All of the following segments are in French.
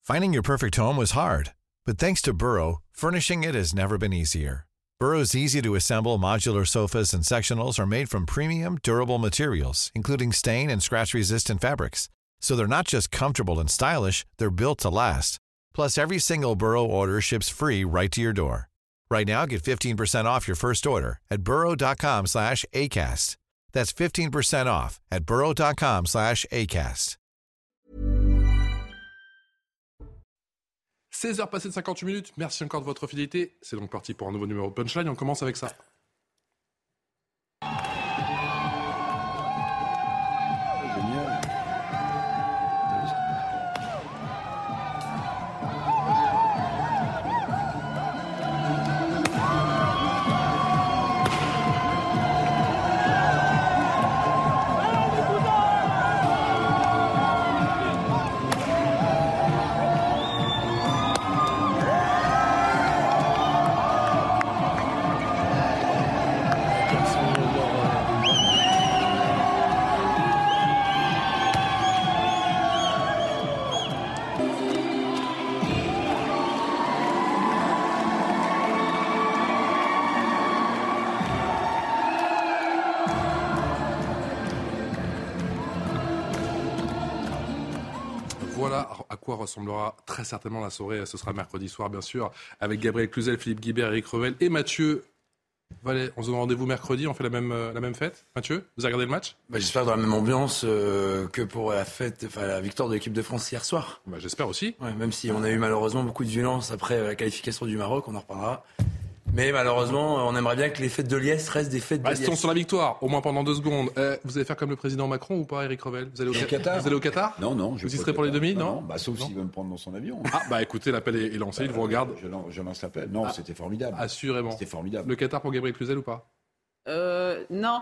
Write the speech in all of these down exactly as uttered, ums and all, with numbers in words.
Finding your perfect home was hard, but thanks to Burrow, furnishing it has never been easier. Burrow's easy-to-assemble modular sofas and sectionals are made from premium, durable materials, including stain and scratch-resistant fabrics. So they're not just comfortable and stylish, they're built to last. Plus, every single Burrow order ships free right to your door. Right now, get fifteen percent off your first order at burrow.com slash ACAST. That's fifteen percent off at burrow.com slash ACAST. seize heures passées de cinquante-huit minutes. Merci encore de votre fidélité. C'est donc parti pour un nouveau numéro de Punchline. On commence avec ça. Génial. Voilà à quoi ressemblera très certainement la soirée. Ce sera mercredi soir, bien sûr, avec Gabriel Cluzel, Philippe Guibert, Eric Revel et Mathieu Vallet. On se donne rendez-vous mercredi, on fait la même, euh, la même fête. Mathieu, vous avez regardé le match ? Bah, j'espère dans la même ambiance euh, que pour la fête, enfin la victoire de l'équipe de France hier soir. Bah, j'espère aussi. Ouais, même si on a eu malheureusement beaucoup de violence après la qualification du Maroc, on en reparlera. Mais malheureusement, on aimerait bien que les fêtes de Liesse restent des fêtes de Liesse. Restons sur la victoire, au moins pendant deux secondes. Euh, vous allez faire comme le président Macron ou pas, Eric Revel ? Vous allez au, au Qatar, Qatar Vous allez au Qatar ? Non, non. Je vous y serez pour les demi, non, non bah, Sauf non. s'il veut me prendre dans son avion. Ah, bah écoutez, l'appel est, est lancé, il vous regarde. Je, lance, je lance l'appel. Non, ah, c'était formidable. Assurément. C'était formidable. Le Qatar pour Gabriel Cluzel ou pas ? Euh, non.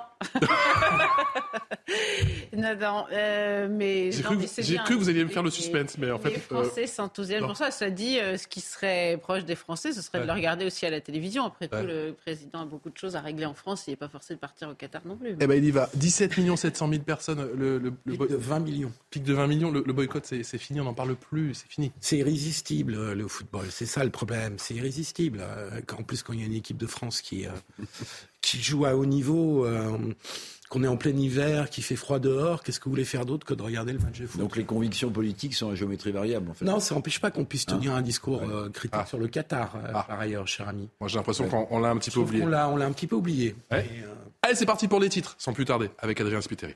non, non euh, mais, j'ai non, cru, mais c'est j'ai bien. cru que vous alliez me faire le les, suspense, mais en fait... Les Français euh, s'enthousiasment pour ça. Ça dit, euh, ce qui serait proche des Français, ce serait ouais. de le regarder aussi à la télévision. Après ouais. tout, le président a beaucoup de choses à régler en France. Il n'est pas forcé de partir au Qatar non plus. Mais... Eh ben, il y va. dix-sept millions sept cent mille personnes. Le, le, le pic boy... de vingt millions. Pic de vingt millions. Le, le boycott, c'est, c'est fini. On n'en parle plus. C'est fini. C'est irrésistible, le football. C'est ça le problème. C'est irrésistible. En plus, quand il y a une équipe de France qui... Euh... qui joue à haut niveau, euh, qu'on est en plein hiver, qu'il fait froid dehors, qu'est-ce que vous voulez faire d'autre que de regarder le match de foot ? Donc les convictions politiques sont à géométrie variable, en fait. Non, ça n'empêche pas qu'on puisse tenir hein un discours euh, critique ah. sur le Qatar, euh, ah. par ailleurs, cher ami. Moi, j'ai l'impression ouais. qu'on on l'a un petit peu Sauf oublié. On l'a, on l'a un petit peu oublié. Ouais. Et, euh... Allez, c'est parti pour les titres, sans plus tarder, avec Adrien Spiteri.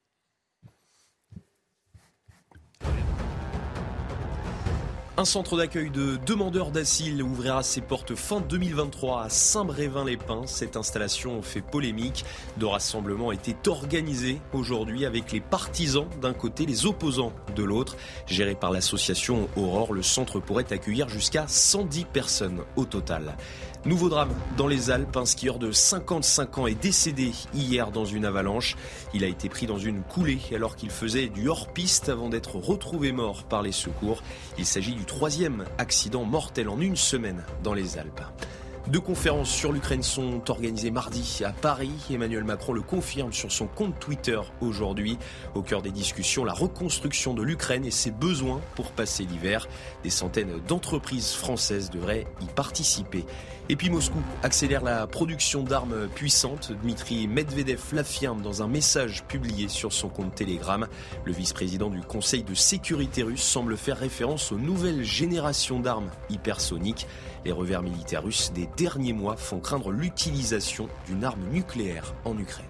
Un centre d'accueil de demandeurs d'asile ouvrira ses portes fin deux mille vingt-trois à Saint-Brévin-les-Pins. Cette installation fait polémique. Deux rassemblements étaient organisés aujourd'hui avec les partisans d'un côté, les opposants de l'autre. Géré par l'association Aurore, le centre pourrait accueillir jusqu'à cent dix personnes au total. Nouveau drame dans les Alpes, un skieur de cinquante-cinq ans est décédé hier dans une avalanche. Il a été pris dans une coulée alors qu'il faisait du hors-piste avant d'être retrouvé mort par les secours. Il s'agit du troisième accident mortel en une semaine dans les Alpes. Deux conférences sur l'Ukraine sont organisées mardi à Paris. Emmanuel Macron le confirme sur son compte Twitter aujourd'hui. Au cœur des discussions, la reconstruction de l'Ukraine et ses besoins pour passer l'hiver. Des centaines d'entreprises françaises devraient y participer. Et puis Moscou accélère la production d'armes puissantes. Dmitri Medvedev l'affirme dans un message publié sur son compte Telegram. Le vice-président du Conseil de sécurité russe semble faire référence aux nouvelles générations d'armes hypersoniques. Les revers militaires russes des derniers mois font craindre l'utilisation d'une arme nucléaire en Ukraine.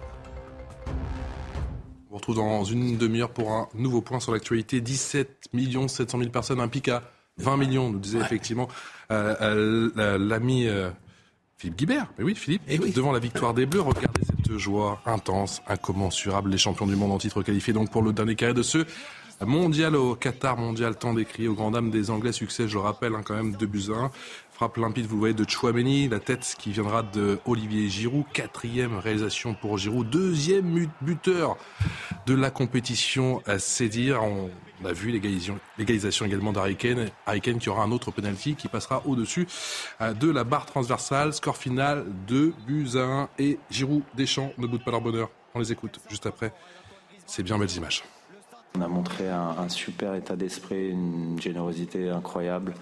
On vous retrouve dans une demi-heure pour un nouveau point sur l'actualité. dix-sept millions sept cent mille personnes, un pic à vingt millions, nous disait ouais. effectivement euh, euh, l'ami euh, Philippe Guibert. Mais oui, Philippe, Et oui. devant la victoire des Bleus, regardez cette joie intense, incommensurable. Les champions du monde en titre qualifiés donc pour le dernier carré de ce mondial au Qatar, mondial tant décrié aux grandes dames des Anglais. Succès, je le rappelle, hein, quand même, deux buts à un. Frappe limpide, vous le voyez, de Tchouaméni. La tête qui viendra de Olivier Giroud. Quatrième réalisation pour Giroud. Deuxième buteur de la compétition, c'est dire. On a vu l'égalisation, l'égalisation également d'Harry Kane. Harry Kane qui aura un autre penalty qui passera au-dessus de la barre transversale. Score final, deux buts à un. Et Giroud, Deschamps ne boutent pas leur bonheur. On les écoute juste après. C'est bien belles images. On a montré un, un super état d'esprit, une générosité incroyable.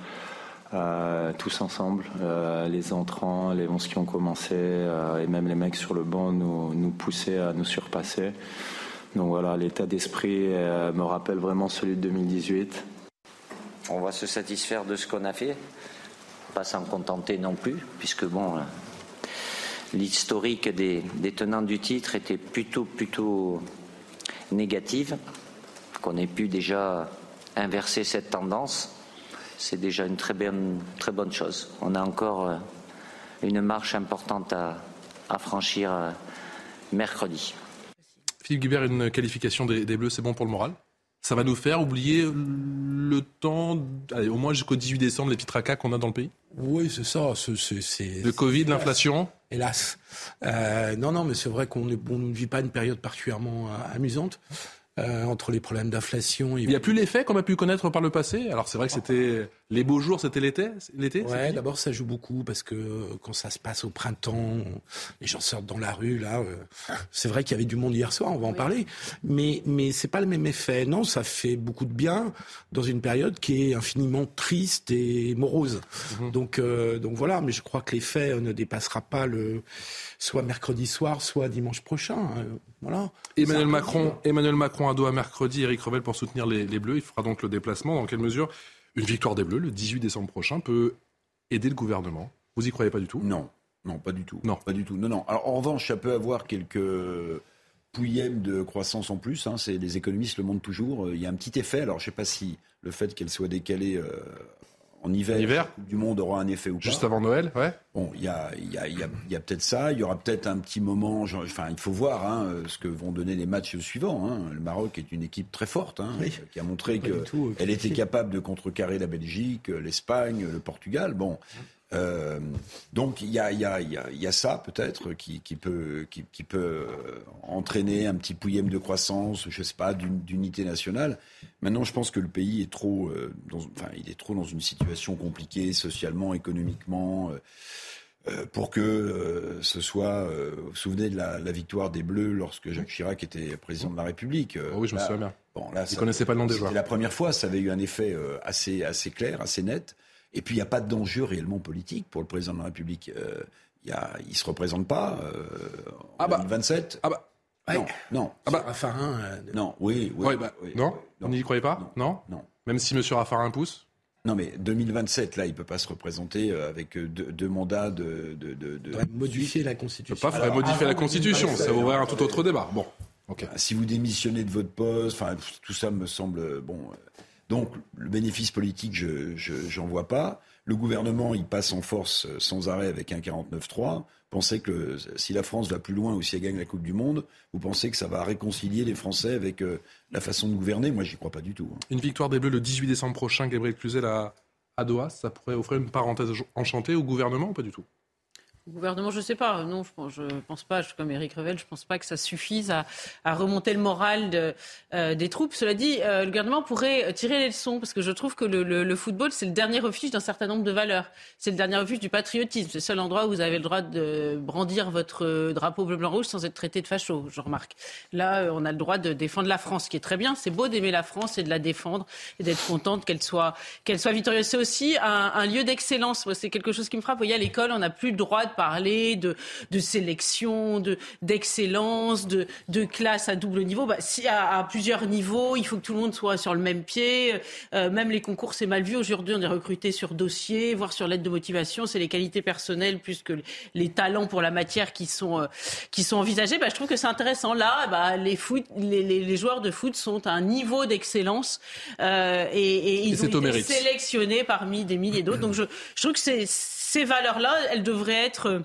Euh, tous ensemble, euh, les entrants, les onze qui ont commencé euh, et même les mecs sur le banc nous, nous poussaient à nous surpasser. Donc voilà, l'état d'esprit euh, me rappelle vraiment celui de deux mille dix-huit. On va se satisfaire de ce qu'on a fait, pas s'en contenter non plus, puisque bon, euh, l'historique des, des tenants du titre était plutôt, plutôt négative, qu'on ait pu déjà inverser cette tendance. C'est déjà une très bonne, très bonne chose. On a encore euh, une marche importante à, à franchir euh, mercredi. Philippe Guibert, une qualification des, des Bleus, c'est bon pour le moral ? Ça va nous faire oublier le temps, allez, au moins jusqu'au dix-huit décembre, les petits tracas qu'on a dans le pays ? Oui, c'est ça. C'est, c'est, c'est, le Covid, c'est, l'inflation ? Hélas. Euh, non, non, mais c'est vrai qu'on on ne vit pas une période particulièrement euh, amusante. Euh, entre les problèmes d'inflation. Et... Il n'y a plus l'effet qu'on a pu connaître par le passé. Alors c'est vrai que c'était les beaux jours, c'était l'été. l'été ouais, d'abord ça joue beaucoup parce que quand ça se passe au printemps, les gens sortent dans la rue. Là, euh, c'est vrai qu'il y avait du monde hier soir. On va en oui. parler, mais mais c'est pas le même effet. Non, ça fait beaucoup de bien dans une période qui est infiniment triste et morose. Mm-hmm. Donc euh, donc voilà. Mais je crois que l'effet ne dépassera pas le soit mercredi soir, soit dimanche prochain. Voilà. Emmanuel Macron, Emmanuel Macron à Doha mercredi, Éric Revel pour soutenir les, les Bleus. Il fera donc le déplacement. Dans quelle mesure une victoire des Bleus le dix-huit décembre prochain peut aider le gouvernement ? Vous y croyez pas du tout ? Non, non, pas du tout. Non, pas du tout. Non, non. Alors en revanche, ça peut avoir quelques pouillèmes de croissance en plus. Hein. C'est, les économistes le montrent toujours. Il y a un petit effet. Alors je sais pas si le fait qu'elle soit décalée. Euh, En hiver, hiver. la Coupe du Monde aura un effet ou pas. Juste avant Noël, ouais. Bon, il y a, y, a, y, a, y a peut-être ça. Il y aura peut-être un petit moment. Genre, enfin, il faut voir hein, ce que vont donner les matchs suivants. Hein. Le Maroc est une équipe très forte, hein, oui. qui a montré qu'elle était capable de contrecarrer la Belgique, l'Espagne, le Portugal. Bon. Euh, donc il y a, y, a, y, a, y a ça peut-être qui, qui, peut, qui, qui peut entraîner un petit pouillème de croissance, je sais pas, d'unité nationale. Maintenant, je pense que le pays est trop, euh, dans, enfin, il est trop dans une situation compliquée socialement, économiquement, euh, pour que euh, ce soit. Euh, vous vous souvenez de la, la victoire des Bleus lorsque Jacques Chirac était président de la République. Euh, oh oui, je là, me souviens bien. Bon, là, il ne connaissait pas le nom des joueurs. C'était la première fois, ça avait eu un effet euh, assez, assez clair, assez net. Et puis, il n'y a pas d'enjeu réellement politique pour le président de la République. Euh, y a, il ne se représente pas euh, en ah bah, deux mille vingt-sept. Ah bah, non, ouais. non. Ah bah, Raffarin. Euh, non, oui, oui. Ouais, bah, oui non, oui, on n'y croyait pas non, non, non. Même si M. Raffarin pousse. Non, mais deux mille vingt-sept, là, il ne peut pas se représenter avec deux, deux mandats de. de, de, de... modifier la Constitution. Il ne peut pas Alors, modifier la Constitution, ça ouvre un tout autre débat. Bon, ok. Si vous démissionnez de votre poste, enfin, tout ça me semble. Bon. Donc, le bénéfice politique, je n'en vois pas. Le gouvernement, il passe en force sans arrêt avec un quarante-neuf trois. Pensez que si la France va plus loin ou si elle gagne la Coupe du Monde, vous pensez que ça va réconcilier les Français avec euh, la façon de gouverner ? Moi, j'y crois pas du tout. Hein. Une victoire des Bleus le dix-huit décembre prochain, Gabriel Cluzel à, à Doha, ça pourrait offrir une parenthèse enchantée au gouvernement ou pas du tout ? Le gouvernement, je ne sais pas. Non, je pense, je pense pas. Je, comme Éric Revel, je ne pense pas que ça suffise à, à remonter le moral de, euh, des troupes. Cela dit, euh, le gouvernement pourrait tirer les leçons parce que je trouve que le, le, le football, c'est le dernier refuge d'un certain nombre de valeurs. C'est le dernier refuge du patriotisme. C'est le seul endroit où vous avez le droit de brandir votre drapeau bleu-blanc-rouge sans être traité de facho, je remarque. Là, on a le droit de défendre la France, ce qui est très bien. C'est beau d'aimer la France et de la défendre et d'être contente qu'elle soit, qu'elle soit victorieuse. C'est aussi un, un lieu d'excellence. C'est quelque chose qui me frappe. Vous voyez, à l'école, on n'a plus le droit de parler de, de sélection, de, d'excellence, de, de classe à double niveau. Bah, si à, à plusieurs niveaux, il faut que tout le monde soit sur le même pied. Euh, même les concours, c'est mal vu. Aujourd'hui, on est recruté sur dossier, voire sur lettre de motivation. C'est les qualités personnelles plus que les talents pour la matière qui sont, euh, qui sont envisagés. Bah, je trouve que c'est intéressant. Là, bah, les, foot, les, les, les joueurs de foot sont à un niveau d'excellence euh, et, et ils et ont été sélectionnés parmi des milliers d'autres. Donc, je, je trouve que c'est, ces valeurs-là, elles devraient être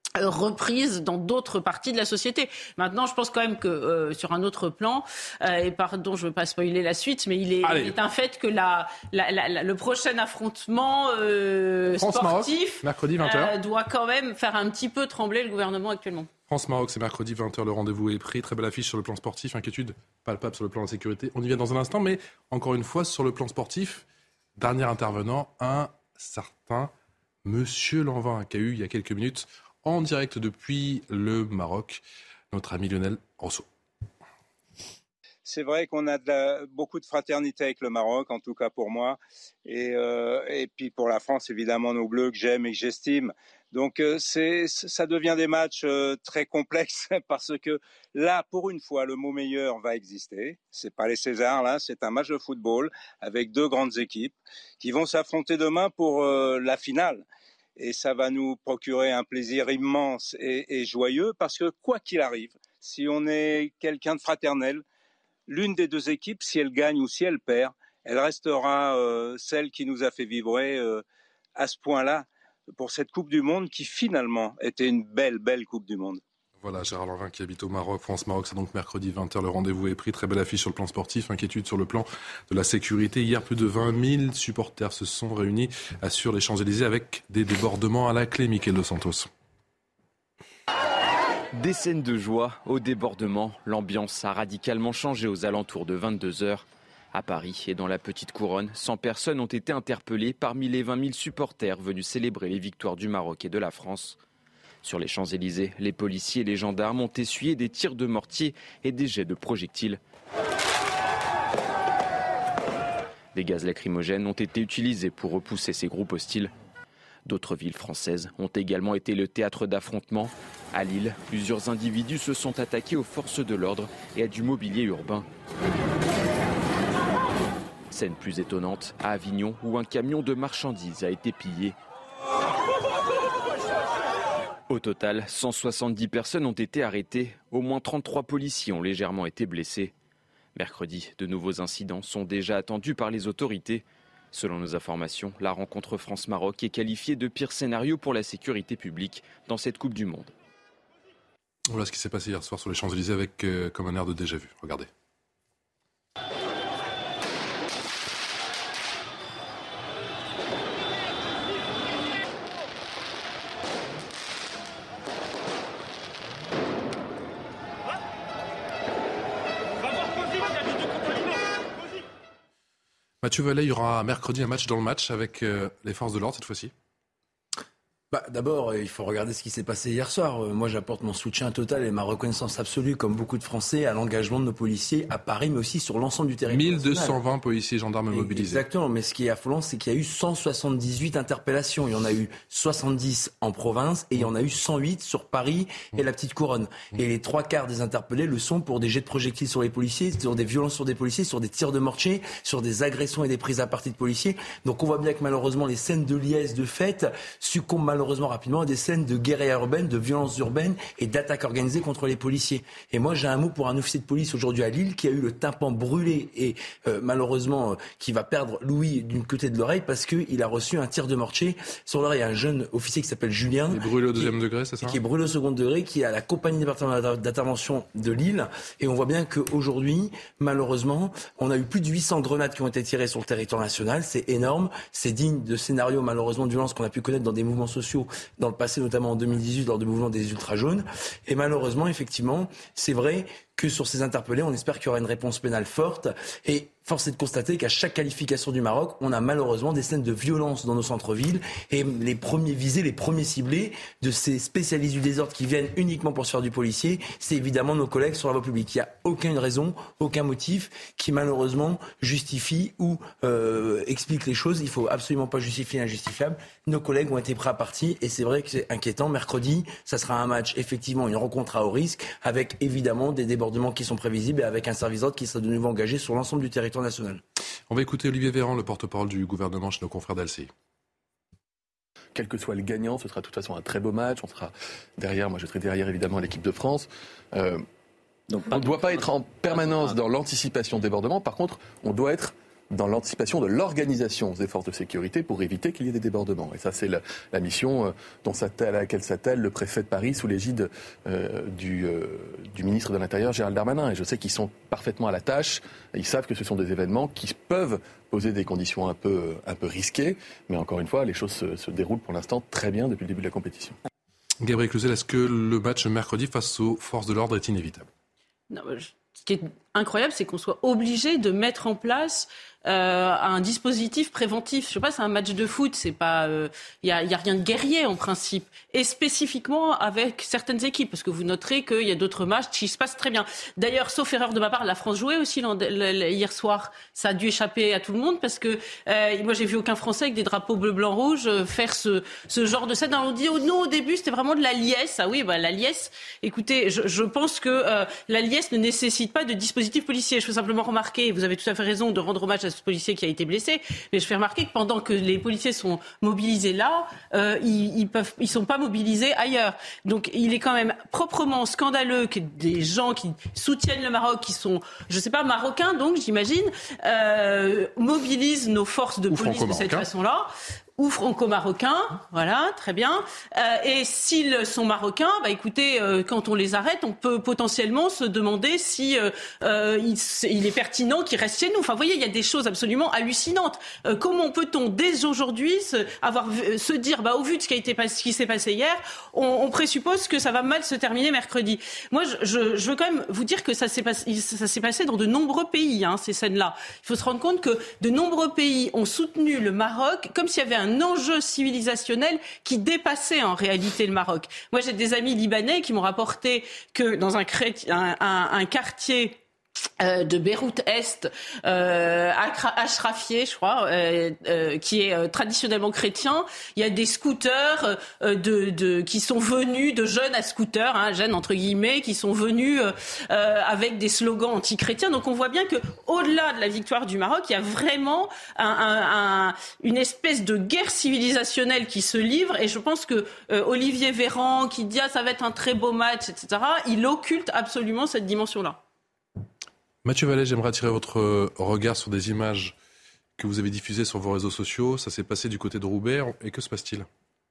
reprise dans d'autres parties de la société. Maintenant, je pense quand même que euh, sur un autre plan, euh, et pardon, je ne veux pas spoiler la suite, mais il est, il est un fait que la, la, la, la, le prochain affrontement euh, sportif mercredi vingt heures euh, doit quand même faire un petit peu trembler le gouvernement actuellement. France-Maroc, c'est mercredi vingt heures, le rendez-vous est pris. Très belle affiche sur le plan sportif, inquiétude palpable sur le plan de la sécurité. On y vient dans un instant, mais encore une fois, sur le plan sportif, dernier intervenant, un certain Monsieur Lanvin, qui a eu il y a quelques minutes en direct depuis le Maroc, notre ami Lionel Rousseau. c'est vrai qu'on a de la, beaucoup de fraternité avec le Maroc, en tout cas pour moi, et, euh, et puis pour la France, évidemment, nos Bleus que j'aime et que j'estime. Donc euh, c'est, ça devient des matchs euh, très complexes parce que là, pour une fois, le mot meilleur va exister. C'est pas les Césars, là, c'est un match de football avec deux grandes équipes qui vont s'affronter demain pour euh, la finale. Et ça va nous procurer un plaisir immense et, et joyeux parce que quoi qu'il arrive, si on est quelqu'un de fraternel, l'une des deux équipes, si elle gagne ou si elle perd, elle restera euh, celle qui nous a fait vibrer euh, à ce point-là pour cette Coupe du Monde qui finalement était une belle, belle Coupe du Monde. Voilà, Gérard Lanvin qui habite au Maroc. France-Maroc, c'est donc mercredi vingt heures. Le rendez-vous est pris. Très belle affiche sur le plan sportif. Inquiétude sur le plan de la sécurité. Hier, plus de vingt mille supporters se sont réunis sur les Champs-Élysées avec des débordements à la clé. Mickaël Dos Santos. Des scènes de joie au débordement. L'ambiance a radicalement changé aux alentours de vingt-deux heures. À Paris et dans la Petite Couronne, cent personnes ont été interpellées parmi les vingt mille supporters venus célébrer les victoires du Maroc et de la France. Sur les Champs-Élysées, les policiers et les gendarmes ont essuyé des tirs de mortier et des jets de projectiles. Des gaz lacrymogènes ont été utilisés pour repousser ces groupes hostiles. D'autres villes françaises ont également été le théâtre d'affrontements. À Lille, plusieurs individus se sont attaqués aux forces de l'ordre et à du mobilier urbain. Scène plus étonnante, à Avignon, où un camion de marchandises a été pillé. Au total, cent soixante-dix personnes ont été arrêtées. Au moins trente-trois policiers ont légèrement été blessés. Mercredi, de nouveaux incidents sont déjà attendus par les autorités. Selon nos informations, la rencontre France-Maroc est qualifiée de pire scénario pour la sécurité publique dans cette Coupe du Monde. Voilà ce qui s'est passé hier soir sur les Champs-Élysées avec euh, comme un air de déjà-vu. Regardez. Mathieu Vallet, il y aura mercredi un match dans le match avec euh, les forces de l'ordre cette fois-ci. Bah, d'abord, il faut regarder ce qui s'est passé hier soir. Moi, j'apporte mon soutien total et ma reconnaissance absolue, comme beaucoup de Français, à l'engagement de nos policiers à Paris, mais aussi sur l'ensemble du territoire mille deux cent vingt policiers et gendarmes mobilisés. Exactement, mais ce qui est affolant, c'est qu'il y a eu cent soixante-dix-huit interpellations. Il y en a eu soixante-dix en province et il y en a eu cent huit sur Paris et la Petite Couronne. Et les trois quarts des interpellés le sont pour des jets de projectiles sur les policiers, sur des violences sur des policiers, sur des tirs de mortier, sur des agressions et des prises à partie de policiers. Donc on voit bien que malheureusement, les scènes de liesse, de fête, succombent malheureusement rapidement à des scènes de guérilla urbaine, de violence urbaine et d'attaques organisées contre les policiers. Et moi, j'ai un mot pour un officier de police aujourd'hui à Lille qui a eu le tympan brûlé et euh, malheureusement euh, qui va perdre l'ouïe d'une côté de l'oreille parce qu'il a reçu un tir de mortier sur l'oreille. Un jeune officier qui s'appelle Julien. Qui est brûlé au deuxième degré, c'est ça ? Qui est brûlé au second degré, qui est à la compagnie départementale d'intervention de Lille. Et on voit bien qu'aujourd'hui, malheureusement, on a eu plus de huit cents grenades qui ont été tirées sur le territoire national. C'est énorme. C'est digne de scénarios malheureusement de violence qu'on a pu connaître dans des mouvements sociaux dans le passé, notamment en deux mille dix-huit lors du mouvement des Ultra Jaunes. Et malheureusement, effectivement, c'est vrai que sur ces interpellés, on espère qu'il y aura une réponse pénale forte. Et force est de constater qu'à chaque qualification du Maroc, on a malheureusement des scènes de violence dans nos centres-villes. Et les premiers visés, les premiers ciblés de ces spécialistes du désordre qui viennent uniquement pour se faire du policier, c'est évidemment nos collègues sur la voie publique. Il n'y a aucune raison, aucun motif qui malheureusement justifie ou euh, explique les choses. Il ne faut absolument pas justifier l'injustifiable. Nos collègues ont été prêts à partir et c'est vrai que c'est inquiétant. Mercredi, ça sera un match, effectivement, une rencontre à haut risque avec évidemment des débordements qui sont prévisibles et avec un service d'ordre qui sera de nouveau engagé sur l'ensemble du territoire national. On va écouter Olivier Véran, le porte-parole du gouvernement chez nos confrères d'A L C I. Quel que soit le gagnant, ce sera de toute façon un très beau match. On sera derrière, moi je serai derrière évidemment l'équipe de France. Euh, Donc, on ne doit pas être en permanence dans l'anticipation de débordement. Par contre, on doit être dans l'anticipation de l'organisation des forces de sécurité pour éviter qu'il y ait des débordements. Et ça, c'est la, la mission euh, dont s'attelle, à laquelle s'attelle le préfet de Paris sous l'égide euh, du, euh, du ministre de l'Intérieur, Gérald Darmanin. Et je sais qu'ils sont parfaitement à la tâche. Ils savent que ce sont des événements qui peuvent poser des conditions un peu, un peu risquées. Mais encore une fois, les choses se, se déroulent pour l'instant très bien depuis le début de la compétition. Gabriel Cluzel, est-ce que le match mercredi face aux forces de l'ordre est inévitable ? Non, je... Ce qui est incroyable, c'est qu'on soit obligé de mettre en place Euh, un dispositif préventif. Je sais pas, c'est un match de foot, c'est pas, il euh, y, a, y a rien de guerrier en principe. Et spécifiquement avec certaines équipes, parce que vous noterez qu'il y a d'autres matchs qui se passent très bien. D'ailleurs, sauf erreur de ma part, la France jouait aussi hier soir. Ça a dû échapper à tout le monde parce que euh, moi j'ai vu aucun Français avec des drapeaux bleu, blanc, rouge euh, faire ce, ce genre de scène. On dit oh non, au début c'était vraiment de la liesse. Ah oui, bah la liesse. Écoutez, je, je pense que euh, la liesse ne nécessite pas de dispositif policier. Je veux simplement remarquer, vous avez tout à fait raison de rendre hommage à ce policier qui a été blessé, mais je fais remarquer que pendant que les policiers sont mobilisés là, euh, ils, ils peuvent, ils sont pas mobilisés ailleurs. Donc il est quand même proprement scandaleux que des gens qui soutiennent le Maroc, qui sont, je sais pas, marocains donc j'imagine, euh, mobilisent nos forces de Ou police de cette façon-là. Ou franco-marocains, voilà, très bien. Euh, et s'ils sont marocains, bah écoutez, euh, quand on les arrête, on peut potentiellement se demander si euh, euh, il, il est pertinent qu'ils restent chez nous. Enfin, vous voyez, il y a des choses absolument hallucinantes. Euh, comment peut-on dès aujourd'hui se, avoir, se dire, bah au vu de ce qui a été ce qui s'est passé hier, on, on présuppose que ça va mal se terminer mercredi. Moi, je, je, je veux quand même vous dire que ça s'est passé, ça s'est passé dans de nombreux pays, hein, ces scènes-là. Il faut se rendre compte que de nombreux pays ont soutenu le Maroc comme s'il y avait un un enjeu civilisationnel qui dépassait en réalité le Maroc. Moi, j'ai des amis libanais qui m'ont rapporté que dans un, un, un, un quartier Euh, de Beyrouth-Est, euh, Ashrafieh, je crois, euh, euh, qui est euh, traditionnellement chrétien. Il y a des scooters euh, de, de, qui sont venus, de jeunes à scooters, hein, jeunes entre guillemets, qui sont venus euh, euh, avec des slogans anti-chrétiens. Donc on voit bien que, au-delà de la victoire du Maroc, il y a vraiment un, un, un, une espèce de guerre civilisationnelle qui se livre. Et je pense que euh, Olivier Véran, qui dit ah ça va être un très beau match, et cetera, il occulte absolument cette dimension-là. Mathieu Vallet, j'aimerais attirer votre regard sur des images que vous avez diffusées sur vos réseaux sociaux. Ça s'est passé du côté de Roubaix. Et que se passe-t-il ?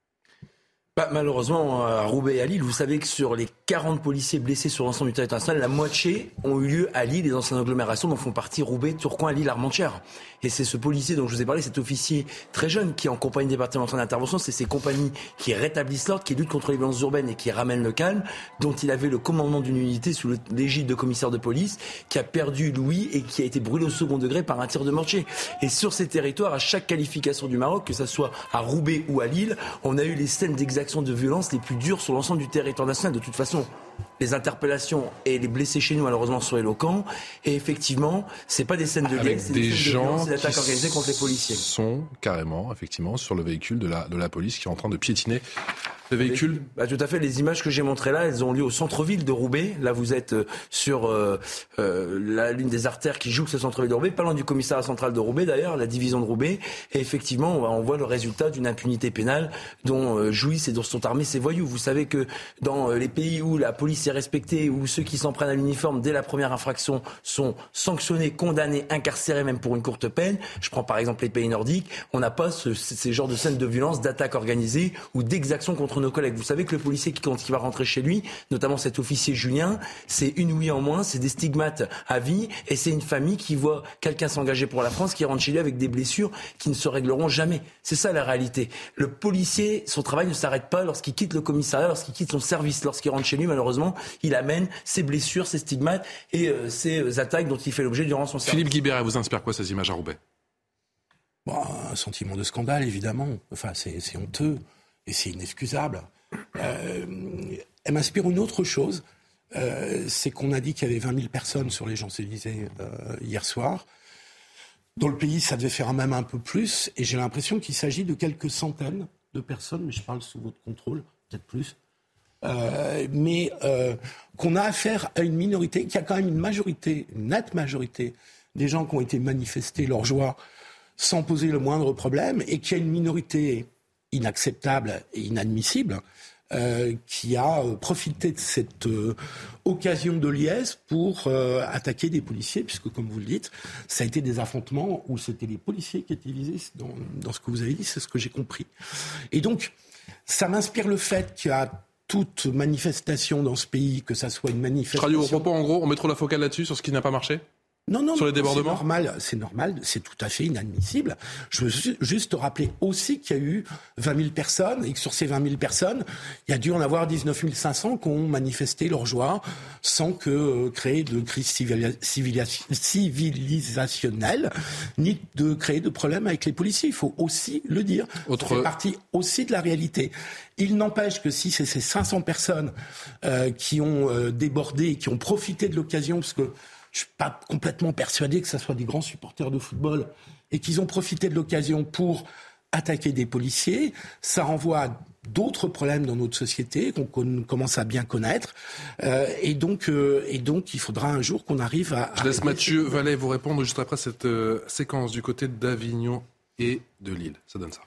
Bah, malheureusement, à Roubaix et à Lille, vous savez que sur les quarante policiers blessés sur l'ensemble du territoire national, la moitié ont eu lieu à Lille, les anciennes agglomérations dont font partie Roubaix, Tourcoing, Lille, Armentières. Et c'est ce policier dont je vous ai parlé, cet officier très jeune qui est en compagnie départementale d'intervention, c'est ces compagnies qui rétablissent l'ordre, qui luttent contre les violences urbaines et qui ramènent le calme, dont il avait le commandement d'une unité sous l'égide de commissaire de police, qui a perdu l'ouïe et qui a été brûlé au second degré par un tir de mortier. Et sur ces territoires, à chaque qualification du Maroc, que ça soit à Roubaix ou à Lille, on a eu les scènes d'exaction de violence les plus dures sur l'ensemble du territoire national. De toute façon, les interpellations et les blessés chez nous, malheureusement, sont éloquents. Et effectivement, c'est pas des scènes de guerre, c'est des, des scènes de violence et d'attaques organisées contre les policiers. Sont carrément, effectivement, sur le véhicule de la, de la police qui est en train de piétiner le véhicule. Bah, tout à fait. Les images que j'ai montrées là, elles ont lieu au centre-ville de Roubaix. Là, vous êtes sur euh, euh, la, l'une des artères qui jouxte ce centre-ville de Roubaix, pas loin du commissariat central de Roubaix d'ailleurs, la division de Roubaix. Et effectivement, on voit le résultat d'une impunité pénale dont euh, jouissent et dont sont armés ces voyous. Vous savez que dans les pays où la police est respectée, où ceux qui s'en prennent à l'uniforme dès la première infraction sont sanctionnés, condamnés, incarcérés même pour une courte peine, je prends par exemple les pays nordiques, on n'a pas ce, ces genres de scènes de violence, d'attaques organisées ou d'exactions contre nos collègues. Vous savez que le policier qui, quand il va rentrer chez lui, notamment cet officier Julien, c'est une ouïe en moins, c'est des stigmates à vie et c'est une famille qui voit quelqu'un s'engager pour la France qui rentre chez lui avec des blessures qui ne se régleront jamais. C'est ça la réalité. Le policier, son travail ne s'arrête pas lorsqu'il quitte le commissariat, lorsqu'il quitte son service, lorsqu'il rentre chez lui, malheureusement, il amène ses blessures, ses stigmates et euh, ses attaques dont il fait l'objet durant son service. Philippe Guibert, vous inspire quoi ces images à Roubaix ? Bon, un sentiment de scandale, évidemment. Enfin, c'est, c'est honteux et c'est inexcusable. Euh, elle m'inspire une autre chose, euh, c'est qu'on a dit qu'il y avait vingt mille personnes sur les Champs-Élysées euh, hier soir. Dans le pays, ça devait faire même un peu plus, et j'ai l'impression qu'il s'agit de quelques centaines de personnes, mais je parle sous votre contrôle, peut-être plus, euh, mais euh, qu'on a affaire à une minorité, qu'il y a quand même une majorité, une nette majorité, des gens qui ont été manifester leur joie sans poser le moindre problème, et qu'il y a une minorité inacceptable et inadmissible, euh, qui a euh, profité de cette euh, occasion de liesse pour euh, attaquer des policiers, puisque, comme vous le dites, ça a été des affrontements où c'était les policiers qui étaient visés dans, dans ce que vous avez dit, c'est ce que j'ai compris. Et donc, ça m'inspire le fait qu'il y a toute manifestation dans ce pays, que ça soit une manifestation... Je traduis vos propos, en gros, on met trop la focale là-dessus, sur ce qui n'a pas marché ? Non, non, sur les débordements. C'est normal, c'est normal, c'est tout à fait inadmissible. Je veux juste rappeler aussi qu'il y a eu vingt mille personnes et que sur ces vingt mille personnes, il y a dû en avoir dix-neuf mille cinq cents qui ont manifesté leur joie sans que euh, créer de crise civilisationnelle ni de créer de problèmes avec les policiers. Il faut aussi le dire. Autre... Ça fait partie aussi de la réalité. Il n'empêche que si c'est ces cinq cents personnes euh, qui ont euh, débordé, qui ont profité de l'occasion, parce que je suis pas complètement persuadé que ce soit des grands supporters de football et qu'ils ont profité de l'occasion pour attaquer des policiers. Ça renvoie à d'autres problèmes dans notre société qu'on commence à bien connaître. Euh, et, donc, euh, et donc, il faudra un jour qu'on arrive à... Je laisse Mathieu Vallet vous répondre juste après cette euh, séquence du côté d'Avignon et de Lille. Ça donne ça.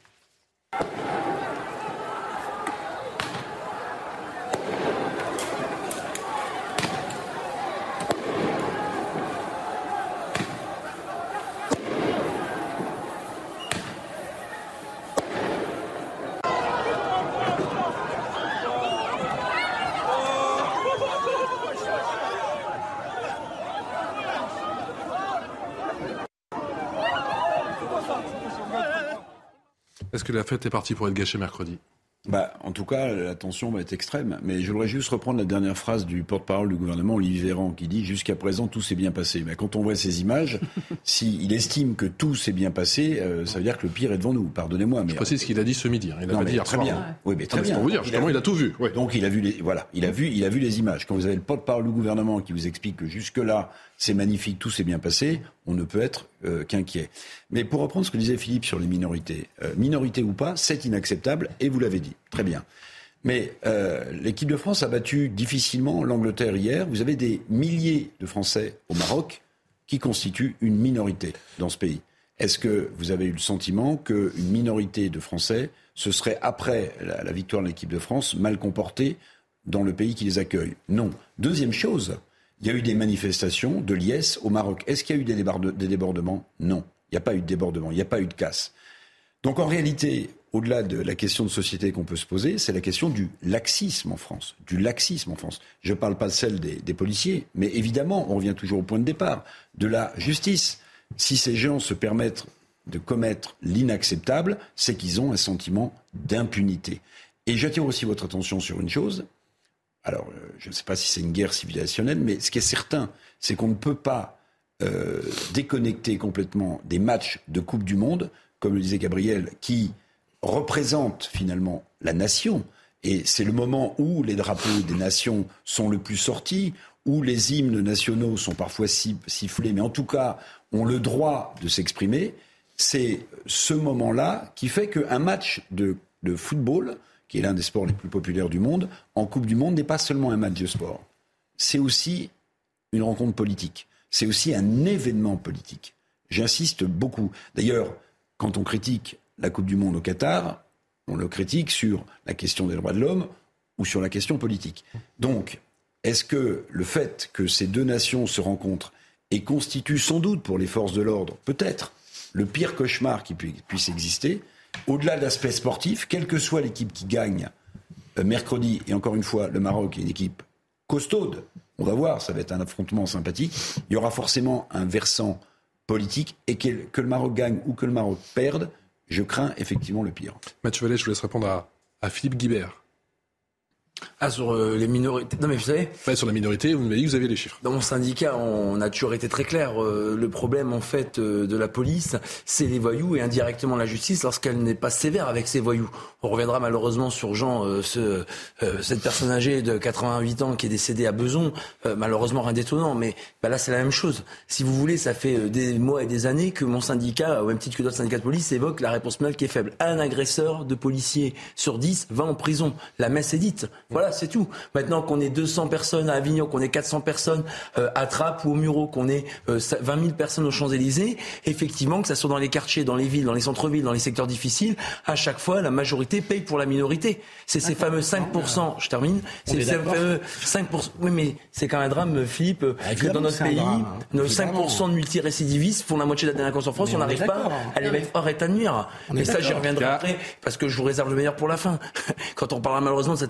Est-ce que la fête est partie pour être gâchée mercredi ? Bah, en tout cas, la tension va être extrême. Mais je voudrais juste reprendre la dernière phrase du porte-parole du gouvernement, Olivier Véran, qui dit « Jusqu'à présent, tout s'est bien passé ». Mais quand on voit ces images, s'il estime que tout s'est bien passé, euh, ça veut dire que le pire est devant nous. Pardonnez-moi. Mais je précise ce qu'il a dit ce midi. Hein. Il a non, pas dit hier très soir. bien. Hein. Oui, mais très ah, bien. Pour vous dire, justement, il a, il a tout vu. Oui. Donc il a vu les, voilà, il a vu, il a vu les images. Quand vous avez le porte-parole du gouvernement qui vous explique que jusque-là, c'est magnifique, tout s'est bien passé, on ne peut être euh, qu'inquiet. Mais pour reprendre ce que disait Philippe sur les minorités, euh, minorité ou pas, c'est inacceptable, et vous l'avez dit. Très bien. Mais euh, l'équipe de France a battu difficilement l'Angleterre hier. Vous avez des milliers de Français au Maroc qui constituent une minorité dans ce pays. Est-ce que vous avez eu le sentiment qu'une minorité de Français se serait, après la, la victoire de l'équipe de France, mal comportée dans le pays qui les accueille ? Non. Deuxième chose, il y a eu des manifestations de l'I S au Maroc. Est-ce qu'il y a eu des, débarde- des débordements ? Non. Il n'y a pas eu de débordement, il n'y a pas eu de casse. Donc en réalité, au-delà de la question de société qu'on peut se poser, c'est la question du laxisme en France. Du laxisme en France. Je ne parle pas de celle des, des policiers, mais évidemment, on revient toujours au point de départ, de la justice. Si ces gens se permettent de commettre l'inacceptable, c'est qu'ils ont un sentiment d'impunité. Et j'attire aussi votre attention sur une chose. Alors, je ne sais pas si c'est une guerre civilisationnelle, mais ce qui est certain, c'est qu'on ne peut pas euh, déconnecter complètement des matchs de Coupe du Monde, comme le disait Gabriel, qui représentent finalement la nation. Et c'est le moment où les drapeaux des nations sont le plus sortis, où les hymnes nationaux sont parfois sifflés, mais en tout cas ont le droit de s'exprimer. C'est ce moment-là qui fait qu'un match de, de football, qui est l'un des sports les plus populaires du monde, en Coupe du Monde n'est pas seulement un match de sport. C'est aussi une rencontre politique. C'est aussi un événement politique. J'insiste beaucoup. D'ailleurs, quand on critique la Coupe du Monde au Qatar, on le critique sur la question des droits de l'homme ou sur la question politique. Donc, est-ce que le fait que ces deux nations se rencontrent et constitue sans doute pour les forces de l'ordre, peut-être, le pire cauchemar qui puisse exister, au-delà de l'aspect sportif, quelle que soit l'équipe qui gagne euh, mercredi, et encore une fois, le Maroc est une équipe costaude, on va voir, ça va être un affrontement sympathique, il y aura forcément un versant politique, et que, que le Maroc gagne ou que le Maroc perde, je crains effectivement le pire. Mathieu Vallet, je vous laisse répondre à, à Philippe Guibert. Ah, sur euh, les minorités. Non, mais vous savez. Ouais, sur la minorité, vous m'avez dit que vous aviez les chiffres. Dans mon syndicat, on a toujours été très clair. Euh, le problème, en fait, euh, de la police, c'est les voyous et indirectement la justice lorsqu'elle n'est pas sévère avec ces voyous. On reviendra malheureusement sur Jean, euh, ce, euh, cette personne âgée de quatre-vingt-huit ans qui est décédée à Besançon. Euh, malheureusement, rien d'étonnant. Mais bah, là, c'est la même chose. Si vous voulez, ça fait des mois et des années que mon syndicat, au même titre que d'autres syndicats de police, évoque la réponse pénale qui est faible. Un agresseur de policier sur dix va en prison. La messe est dite. Voilà, c'est tout. Maintenant qu'on est deux cents personnes à Avignon, qu'on est quatre cents personnes euh, à Trappes ou au Mureau, qu'on est euh, vingt mille personnes aux Champs-Élysées, effectivement, que ça soit dans les quartiers, dans les villes, dans les centres-villes, dans les secteurs difficiles, à chaque fois, la majorité paye pour la minorité. C'est ces fameux cinq pour cent, je termine, c'est ces fameux cinq pour cent. Oui, mais c'est quand même un drame, Philippe, ah, que dans notre pays, drame, hein. Nos cinq pour cent de multirécidivistes font la moitié de la délinquance en France, mais on n'arrive pas à les mettre hors état de nuire. Et ça, j'y reviendrai après, parce que je vous réserve le meilleur pour la fin. Quand on parlera malheureusement de cette affaire où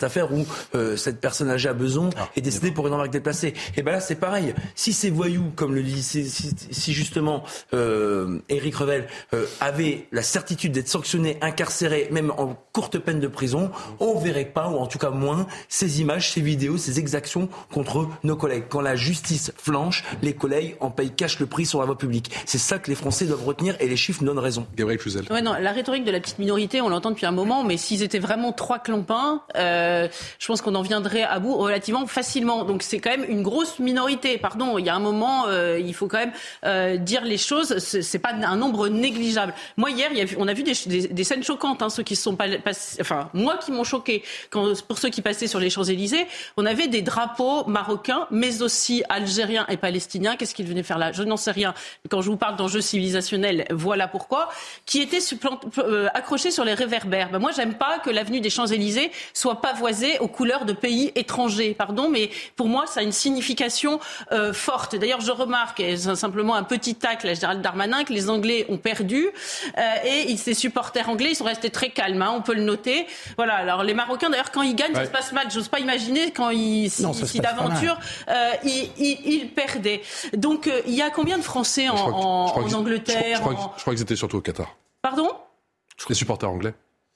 euh, cette personne âgée a besoin ah, est décédée pour une remarque déplacée. Et ben là, c'est pareil. Si ces voyous, comme le dit, si, si, si justement euh, Éric Revel euh, avait la certitude d'être sanctionné, incarcéré, même en courte peine de prison, on verrait pas, ou en tout cas moins, ces images, ces vidéos, ces exactions contre nos collègues. Quand la justice flanche, les collègues en payent cash le prix sur la voie publique. C'est ça que les Français doivent retenir et les chiffres nous donnent raison. Gabriel Cluzel. Ouais, non, la rhétorique de la petite minorité, on l'entend depuis un moment, mais s'ils étaient vraiment trois clampins, euh, je pense qu'on en viendrait à bout relativement facilement. Donc c'est quand même une grosse minorité. Pardon, il y a un moment, euh, il faut quand même euh, dire les choses. C'est, c'est pas un nombre négligeable. Moi hier, il y a, on a vu des, des, des scènes choquantes. Hein, ceux qui se sont pas, pas, enfin moi qui m'ont choqué. Quand, pour ceux qui passaient sur les Champs-Élysées, on avait des drapeaux marocains, mais aussi algériens et palestiniens. Qu'est-ce qu'ils venaient faire là ? Je n'en sais rien. Quand je vous parle d'enjeux civilisationnels, voilà pourquoi. Qui étaient supplant- euh, accrochés sur les réverbères. Ben moi, j'aime pas que l'avenue des Champs-Élysées soit pavoisée aux couleurs de pays étrangers. Pardon, mais pour moi, ça a une signification euh, forte. D'ailleurs, je remarque, et c'est simplement un petit tacle à Gérald Darmanin, que les Anglais ont perdu euh, et ces supporters anglais, ils sont restés très calmes. Hein, on peut le noter. Voilà. Alors les Marocains, d'ailleurs, quand ils gagnent, ouais. ça se passe mal. J'ose pas imaginer quand ils, si, non, si d'aventure euh, ils, ils, ils perdaient. Donc, euh, il y a combien de Français en, je crois que, en, je crois en que, Angleterre je crois, que, en... je crois qu'ils étaient surtout au Qatar. Pardon ? Les supporters anglais.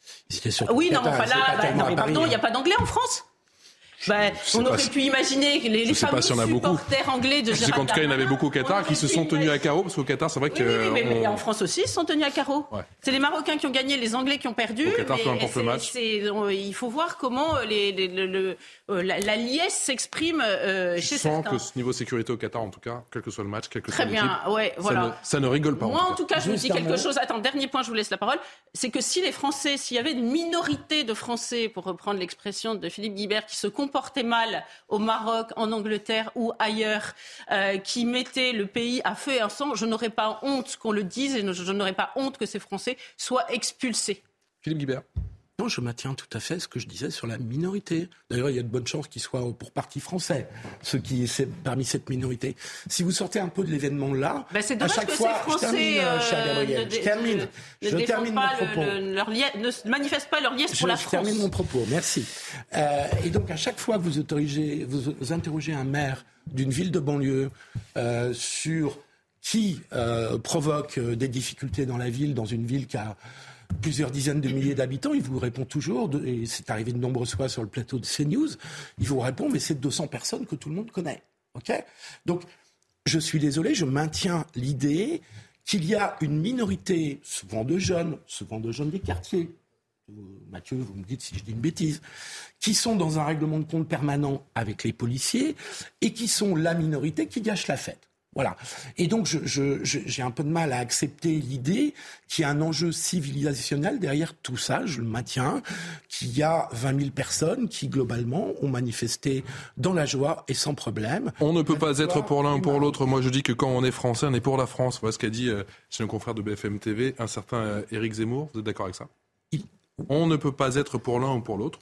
Oui, non, enfin là, bah, non, mais pardon, il n'y a pas d'anglais en France ? Bah, on aurait si... pu imaginer que les, les fameux si supporters anglais de Gérald Darmanin. Je sais qu'en tout cas, il y en avait beaucoup au Qatar qui se sont tenus à carreau, parce qu'au Qatar, c'est vrai oui, que... Oui, oui, mais, on... mais en France aussi, ils se sont tenus à carreau. Ouais. C'est les Marocains qui ont gagné, les Anglais qui ont perdu. Au Qatar, peu importe le match. C'est, on, il faut voir comment les, les, le, le, la, la liesse s'exprime euh, chez certains. Je sens que ce niveau sécurité au Qatar, en tout cas, quel que soit le match, quel que Très soit bien, l'équipe, ouais, voilà. ça, ne, ça ne rigole pas. Moi, en tout, en tout cas, je vous dis quelque mot. chose. Attends, dernier point, je vous laisse la parole. C'est que si les Français, s'il y avait une minorité de Français, pour reprendre l'expression de Philippe Guibert, qui se comportaient mal au Maroc, en Angleterre ou ailleurs, euh, qui mettaient le pays à feu et à sang, je n'aurais pas honte qu'on le dise et je n'aurais pas honte que ces Français soient expulsés. Philippe Guibert. Non, je maintiens tout à fait ce que je disais sur la minorité. D'ailleurs, il y a de bonnes chances qu'ils soient pour partie français, ceux qui sont parmi cette minorité. Si vous sortez un peu de l'événement là, ben c'est dommage à chaque que fois, ces Français, je termine, euh, cher Gabriel, je termine, ne, je ne termine pas mon propos. Le, le, leur lia, ne manifestent pas leur liesse pour je, la je France. Je termine mon propos, merci. Euh, et donc, à chaque fois que vous, autorisez, vous, vous interrogez un maire d'une ville de banlieue euh, sur qui euh, provoque des difficultés dans la ville, dans une ville qui a plusieurs dizaines de milliers d'habitants, il vous répond toujours, de, et c'est arrivé de nombreuses fois sur le plateau de CNews, il vous répond, mais c'est deux cents personnes que tout le monde connaît. Okay ? Donc, je suis désolé, je maintiens l'idée qu'il y a une minorité, souvent de jeunes, souvent de jeunes des quartiers, Mathieu, vous me dites si je dis une bêtise, qui sont dans un règlement de compte permanent avec les policiers et qui sont la minorité qui gâche la fête. Voilà. Et donc, je, je, je, j'ai un peu de mal à accepter l'idée qu'il y a un enjeu civilisationnel derrière tout ça, je le maintiens, qu'il y a vingt mille personnes qui, globalement, ont manifesté dans la joie et sans problème. On ne peut pas être pour l'un ou pour l'autre. Moi, je dis que quand on est français, on est pour la France. Voilà ce qu'a dit euh, chez nos confrères de B F M T V, un certain euh, Éric Zemmour. Vous êtes d'accord avec ça ? Il... On ne peut pas être pour l'un ou pour l'autre,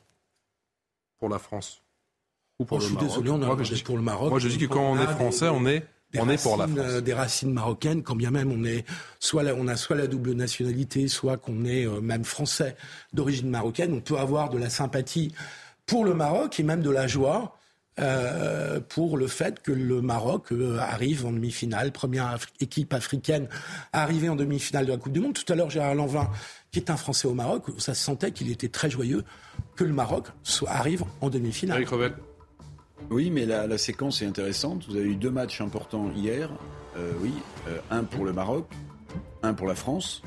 pour la France ou pour oh, le je suis Maroc. désolé, on a moi, je dis pour le Maroc. Moi, je dis que quand on est français, on est... Des on racines, est pour la France. Des racines marocaines, quand bien même on est soit la, on a soit la double nationalité, soit qu'on est euh, même français d'origine marocaine, on peut avoir de la sympathie pour le Maroc et même de la joie euh, pour le fait que le Maroc euh, arrive en demi-finale, première Af- équipe africaine arrivée en demi-finale de la Coupe du Monde. Tout à l'heure, Gérard Lanvin, qui est un Français au Maroc, ça se sentait qu'il était très joyeux que le Maroc soit, arrive en demi-finale. Éric Revel. Oui, mais la, la séquence est intéressante. Vous avez eu deux matchs importants hier. Euh, oui, euh, un pour le Maroc, un pour la France.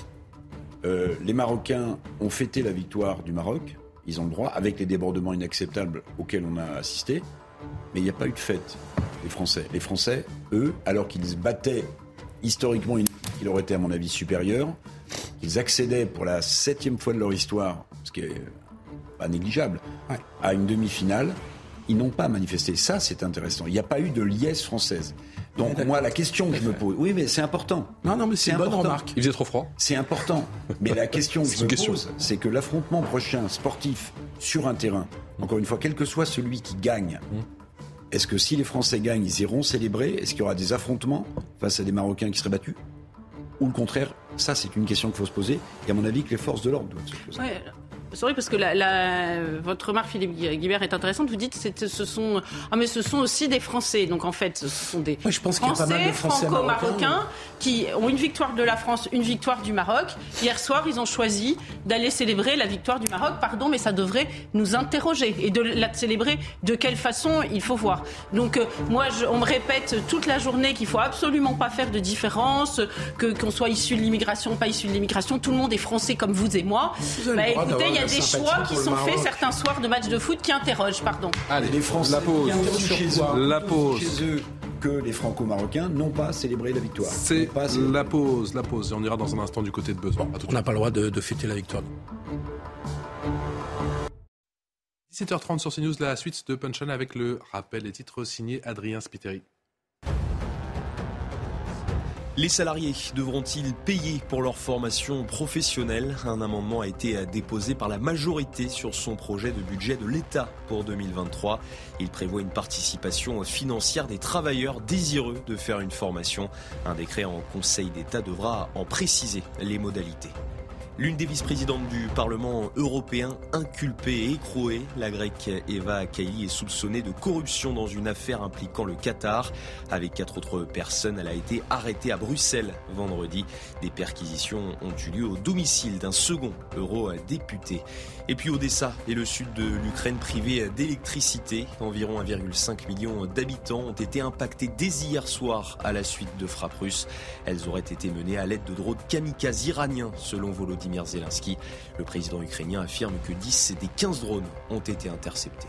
Euh, les Marocains ont fêté la victoire du Maroc. Ils ont le droit, avec les débordements inacceptables auxquels on a assisté. Mais il n'y a pas eu de fête, les Français. Les Français, eux, alors qu'ils se battaient historiquement une équipe qui leur était, à mon avis, supérieure, qu'ils accédaient pour la septième fois de leur histoire, ce qui est pas négligeable, ouais. à une demi-finale, ils n'ont pas manifesté. Ça, c'est intéressant. Il n'y a pas eu de liesse française. Donc, moi, la question que je me pose... Oui, mais c'est important. Non, non, mais c'est, c'est une bonne remarque. Il faisait trop froid. C'est important. Mais la question que je me question. pose, c'est que l'affrontement prochain sportif sur un terrain, encore une fois, quel que soit celui qui gagne, mmh. est-ce que si les Français gagnent, ils iront célébrer ? Est-ce qu'il y aura des affrontements face à des Marocains qui seraient battus ? Ou le contraire ? Ça, c'est une question qu'il faut se poser. Et à mon avis, que les forces de l'ordre doivent se poser. Ouais. sorry, parce que la, la, votre remarque, Philippe Guibert, est intéressante. Vous dites que ce sont, ah, mais ce sont aussi des Français. Donc en fait, ce sont des ouais, je pense Français, qu'il y a pas mal de Français franco-marocains qui ont une victoire de la France, une victoire du Maroc. Hier soir, ils ont choisi d'aller célébrer la victoire du Maroc. Pardon, mais ça devrait nous interroger. Et de la célébrer, de quelle façon, il faut voir. Donc euh, moi, je, on me répète toute la journée qu'il faut absolument pas faire de différence, que, qu'on soit issu de l'immigration, pas issu de l'immigration. Tout le monde est français comme vous et moi. Bah, écoutez, il y a des choix qui sont faits certains soirs de matchs de foot qui interrogent. Pardon. Allez, les Français la pause. Chez eux, la pause. Chez eux que les Franco-Marocains n'ont pas célébré la victoire. C'est pas la pause, la pause. Et on ira dans un instant du côté de Besançon. On n'a pas le droit de, de fêter la victoire. dix-sept heures trente sur CNews, la suite de Punchline avec le rappel des titres signé Adrien Spiteri. Les salariés devront-ils payer pour leur formation professionnelle ? Un amendement a été déposé par la majorité sur son projet de budget de l'État pour deux mille vingt-trois. Il prévoit une participation financière des travailleurs désireux de faire une formation. Un décret en Conseil d'État devra en préciser les modalités. L'une des vice-présidentes du Parlement européen inculpée et écrouée, la grecque Eva Kaili est soupçonnée de corruption dans une affaire impliquant le Qatar. Avec quatre autres personnes, elle a été arrêtée à Bruxelles vendredi. Des perquisitions ont eu lieu au domicile d'un second eurodéputé. Et puis Odessa et le sud de l'Ukraine privés d'électricité. Environ un virgule cinq million d'habitants ont été impactés dès hier soir à la suite de frappes russes. Elles auraient été menées à l'aide de drones kamikazes iraniens, selon Volodymyr Zelensky. Le président ukrainien affirme que dix des quinze drones ont été interceptés.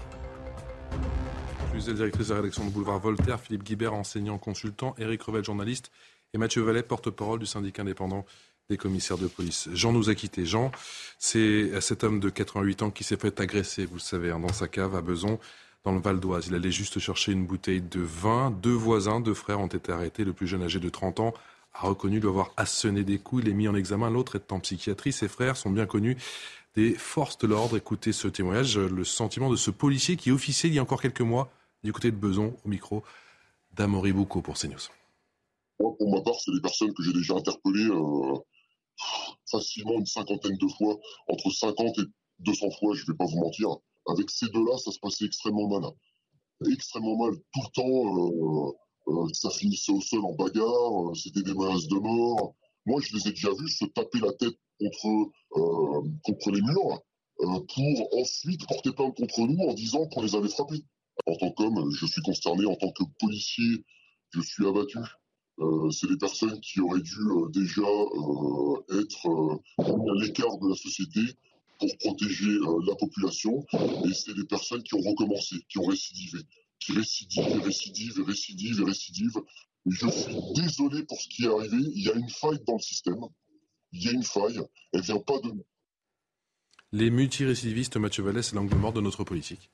Plus directrice de la rédaction de Boulevard Voltaire, Philippe Guibert, enseignant consultant, Éric Revel, journaliste, et Mathieu Vallet, porte-parole du syndicat indépendant des commissaires de police. Jean nous a quittés. Jean, c'est cet homme de quatre-vingt-huit ans qui s'est fait agresser, vous le savez, hein, dans sa cave à Besançon, dans le Val d'Oise. Il allait juste chercher une bouteille de vin. Deux voisins, deux frères ont été arrêtés. Le plus jeune, âgé de trente ans, a reconnu lui avoir asséné des coups. Il est mis en examen. L'autre est en psychiatrie. Ses frères sont bien connus des forces de l'ordre. Écoutez ce témoignage, le sentiment de ce policier qui officiait il y a encore quelques mois du côté de Besançon, au micro d'Amaury Boucaud pour CNews. Moi, pour ma part, c'est des personnes que j'ai déjà interpellées euh, facilement une cinquantaine de fois, entre cinquante et deux cents fois, je ne vais pas vous mentir. Avec ces deux-là, ça se passait extrêmement mal. Extrêmement mal. Tout le temps, euh, euh, ça finissait au sol en bagarre, euh, c'était des menaces de mort. Moi, je les ai déjà vus se taper la tête contre, euh, contre les murs euh, pour ensuite porter plainte contre nous en disant qu'on les avait frappés. En tant qu'homme, je suis consterné. En tant que policier, je suis abattu. Euh, c'est des personnes qui auraient dû euh, déjà euh, être euh, à l'écart de la société pour protéger euh, la population. Et c'est des personnes qui ont recommencé, qui ont récidivé, qui récidivent et récidivent et récidivent et récidivent. Et je suis désolé pour ce qui est arrivé. Il y a une faille dans le système. Il y a une faille. Elle ne vient pas de nous. Les multirécidivistes, Mathieu Vallet, c'est l'angle mort de notre politique.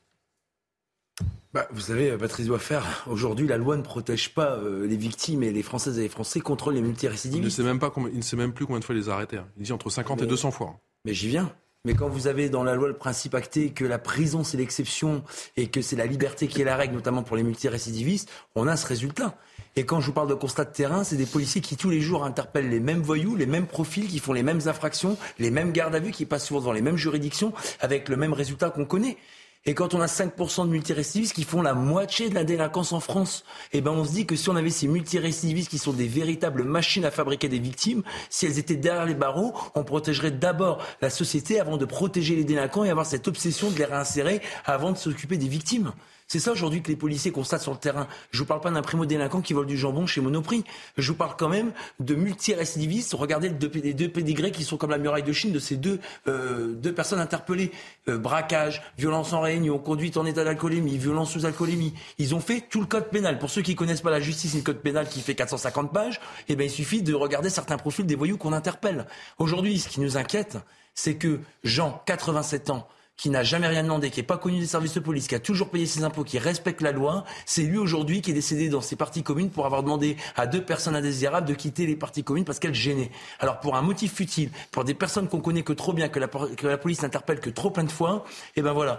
Bah, vous savez, Patrice Doifert, aujourd'hui, la loi ne protège pas euh, les victimes et les Françaises et les Français contre les multirécidivistes. Il ne sait même, pas combien, il ne sait même plus combien de fois il les a arrêtés. Il dit entre cinquante mais, et deux cents fois. Mais j'y viens. Mais quand vous avez dans la loi le principe acté que la prison c'est l'exception et que c'est la liberté qui est la règle, notamment pour les multirécidivistes, on a ce résultat. Et quand je vous parle de constat de terrain, c'est des policiers qui tous les jours interpellent les mêmes voyous, les mêmes profils, qui font les mêmes infractions, les mêmes gardes à vue, qui passent souvent devant les mêmes juridictions, avec le même résultat qu'on connaît. Et quand on a cinq pour cent de multirécidivistes qui font la moitié de la délinquance en France, eh ben on se dit que si on avait ces multirécidivistes qui sont des véritables machines à fabriquer des victimes, si elles étaient derrière les barreaux, on protégerait d'abord la société avant de protéger les délinquants et avoir cette obsession de les réinsérer avant de s'occuper des victimes. C'est ça aujourd'hui que les policiers constatent sur le terrain. Je vous parle pas d'un primo-délinquant qui vole du jambon chez Monoprix. Je vous parle quand même de multirécidivistes. Regardez les deux pédigrés qui sont comme la muraille de Chine de ces deux, euh, deux personnes interpellées. Euh, braquage, violence en réunion, conduite en état d'alcoolémie, violence sous alcoolémie. Ils ont fait tout le code pénal. Pour ceux qui connaissent pas la justice et le code pénal qui fait quatre cent cinquante pages, eh ben, il suffit de regarder certains profils des voyous qu'on interpelle. Aujourd'hui, ce qui nous inquiète, c'est que Jean, quatre-vingt-sept ans, qui n'a jamais rien demandé, qui n'est pas connu des services de police, qui a toujours payé ses impôts, qui respecte la loi, c'est lui aujourd'hui qui est décédé dans ses parties communes pour avoir demandé à deux personnes indésirables de quitter les parties communes parce qu'elles gênaient. Alors pour un motif futile, pour des personnes qu'on connaît que trop bien, que la, que la police n'interpelle que trop plein de fois, et ben voilà.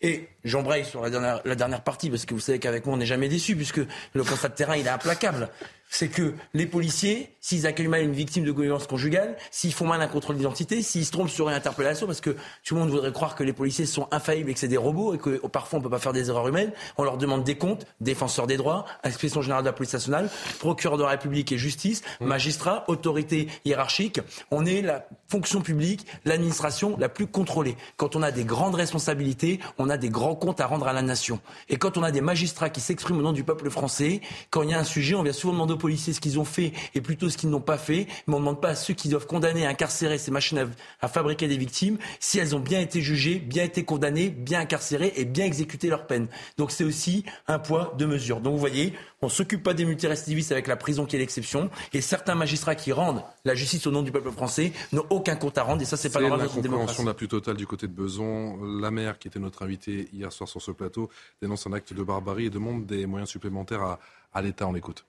Et j'embraye sur la dernière, la dernière partie, parce que vous savez qu'avec moi, on n'est jamais déçu, puisque le constat de terrain, il est implacable. C'est que les policiers, s'ils accueillent mal une victime de violence conjugale, s'ils font mal un contrôle d'identité, s'ils se trompent sur une interpellation, parce que tout le monde voudrait croire que les policiers sont infaillibles et que c'est des robots et que parfois on peut pas faire des erreurs humaines, on leur demande des comptes, défenseur des droits, inspection générale de la police nationale, procureur de la République et justice, mmh. magistrat, autorité hiérarchique. On est la fonction publique, l'administration la plus contrôlée. Quand on a des grandes responsabilités, on a des grands comptes à rendre à la nation. Et quand on a des magistrats qui s'expriment au nom du peuple français, quand il y a un sujet, on vient souvent demander aux policiers ce qu'ils ont fait et plutôt ce qu'ils n'ont pas fait, mais on ne demande pas à ceux qui doivent condamner, incarcérer ces machines à, à fabriquer des victimes si elles ont bien été jugées, bien été condamnées, bien incarcérées et bien exécuté leur peine. Donc c'est aussi un poids, deux mesures. Donc vous voyez, on ne s'occupe pas des multirécidivistes avec la prison qui est l'exception et certains magistrats qui rendent la justice au nom du peuple français n'ont aucun compte à rendre et ça c'est, c'est pas normal dans une démocratie. La compréhension la plus totale du côté de Besançon. La maire qui était notre invitée hier soir sur ce plateau dénonce un acte de barbarie et demande des moyens supplémentaires à, à l'État. On l'écoute.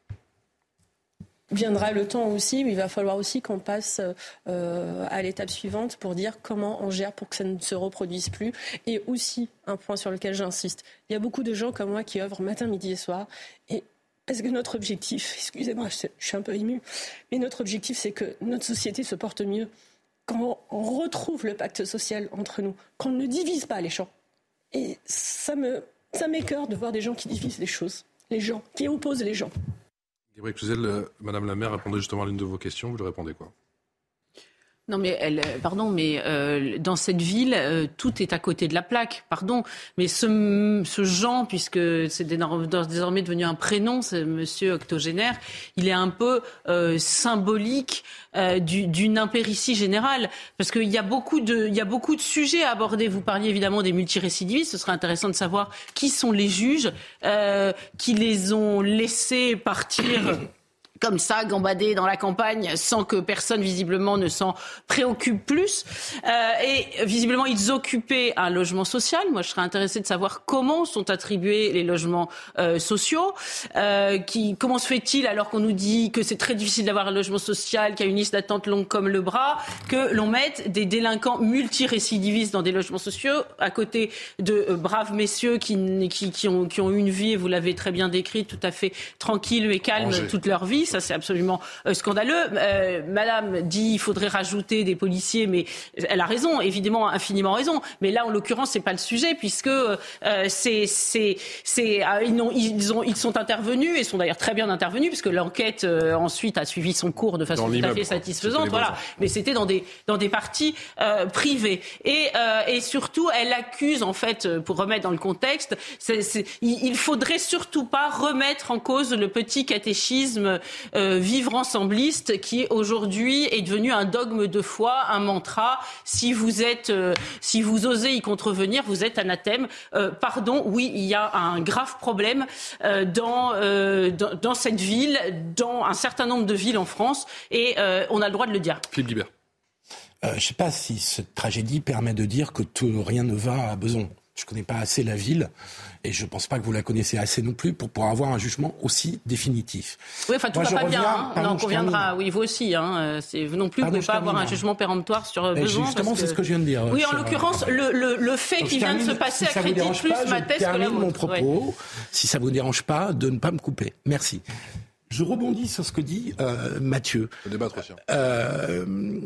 Viendra le temps aussi où il va falloir aussi qu'on passe euh, à l'étape suivante pour dire comment on gère pour que ça ne se reproduise plus. Et aussi, un point sur lequel j'insiste, il y a beaucoup de gens comme moi qui œuvrent matin, midi et soir. Et parce que notre objectif, excusez-moi, je suis un peu émue, mais notre objectif, c'est que notre société se porte mieux. Quand on retrouve le pacte social entre nous, qu'on ne divise pas les gens. Et ça me, ça m'écœure de voir des gens qui divisent les choses, les gens, qui opposent les gens. Gabriel Cluzel, Madame la maire répondait justement à l'une de vos questions. Vous lui répondez quoi ? Non mais elle, pardon, mais euh, dans cette ville, euh, tout est à côté de la plaque. Pardon, mais ce, ce Jean, puisque c'est désormais devenu un prénom, c'est Monsieur octogénaire, il est un peu euh, symbolique euh, du, d'une impéritie générale, parce qu'il y a beaucoup de, il y a beaucoup de sujets à aborder. Vous parliez évidemment des multirécidivistes. Ce serait intéressant de savoir qui sont les juges euh, qui les ont laissés partir. Comme ça, gambader dans la campagne sans que personne visiblement ne s'en préoccupe plus. Euh, et visiblement, ils occupaient un logement social. Moi, je serais intéressée de savoir comment sont attribués les logements euh, sociaux. Euh, qui, comment se fait-il, alors qu'on nous dit que c'est très difficile d'avoir un logement social, qu'il y a une liste d'attente longue comme le bras, que l'on mette des délinquants multirécidivistes dans des logements sociaux à côté de euh, braves messieurs qui, qui, qui, ont, qui ont une vie, et vous l'avez très bien décrit, tout à fait tranquille et calme Angers. Toute leur vie. Ça, c'est absolument euh, scandaleux. Euh, Madame dit qu'il faudrait rajouter des policiers, mais elle a raison, évidemment, infiniment raison. Mais là, en l'occurrence, c'est pas le sujet, puisque euh, c'est, c'est, c'est, euh, ils, ont, ils, ont, ils sont intervenus, et sont d'ailleurs très bien intervenus, puisque l'enquête euh, ensuite a suivi son cours de façon tout à fait satisfaisante. Voilà. Mais c'était dans des, dans des parties euh, privées. Et, euh, et surtout, elle accuse, en fait, pour remettre dans le contexte, c'est, c'est, il, il faudrait surtout pas remettre en cause le petit catéchisme Euh, vivre ensembliste qui aujourd'hui est devenu un dogme de foi, un mantra. Si vous êtes, euh, si vous osez y contrevenir, vous êtes anathème. Euh, pardon, oui, il y a un grave problème euh, dans, euh, dans dans cette ville, dans un certain nombre de villes en France, et euh, on a le droit de le dire. Philippe Guibert. Euh, je ne sais pas si cette tragédie permet de dire que tout, rien ne va à Besançon. Je ne connais pas assez la ville et je ne pense pas que vous la connaissez assez non plus pour pouvoir avoir un jugement aussi définitif. Oui, enfin tout Moi, va pas reviens, bien. Hein. pardon, on conviendra. Oui, vous aussi. Hein. C'est, vous non plus, pardon, vous ne pouvez pas avoir un jugement péremptoire sur Besançon. Justement, parce que... c'est ce que je viens de dire. Oui, en sur... l'occurrence, le, le, le fait Donc, qui vient termine, de se passer si accrédite plus pas, ma thèse que la vôtre. mon propos, ouais. Si ça ne vous dérange pas, de ne pas me couper. Merci. Je rebondis sur ce que dit euh, Mathieu. Le débat trop cher. Euh,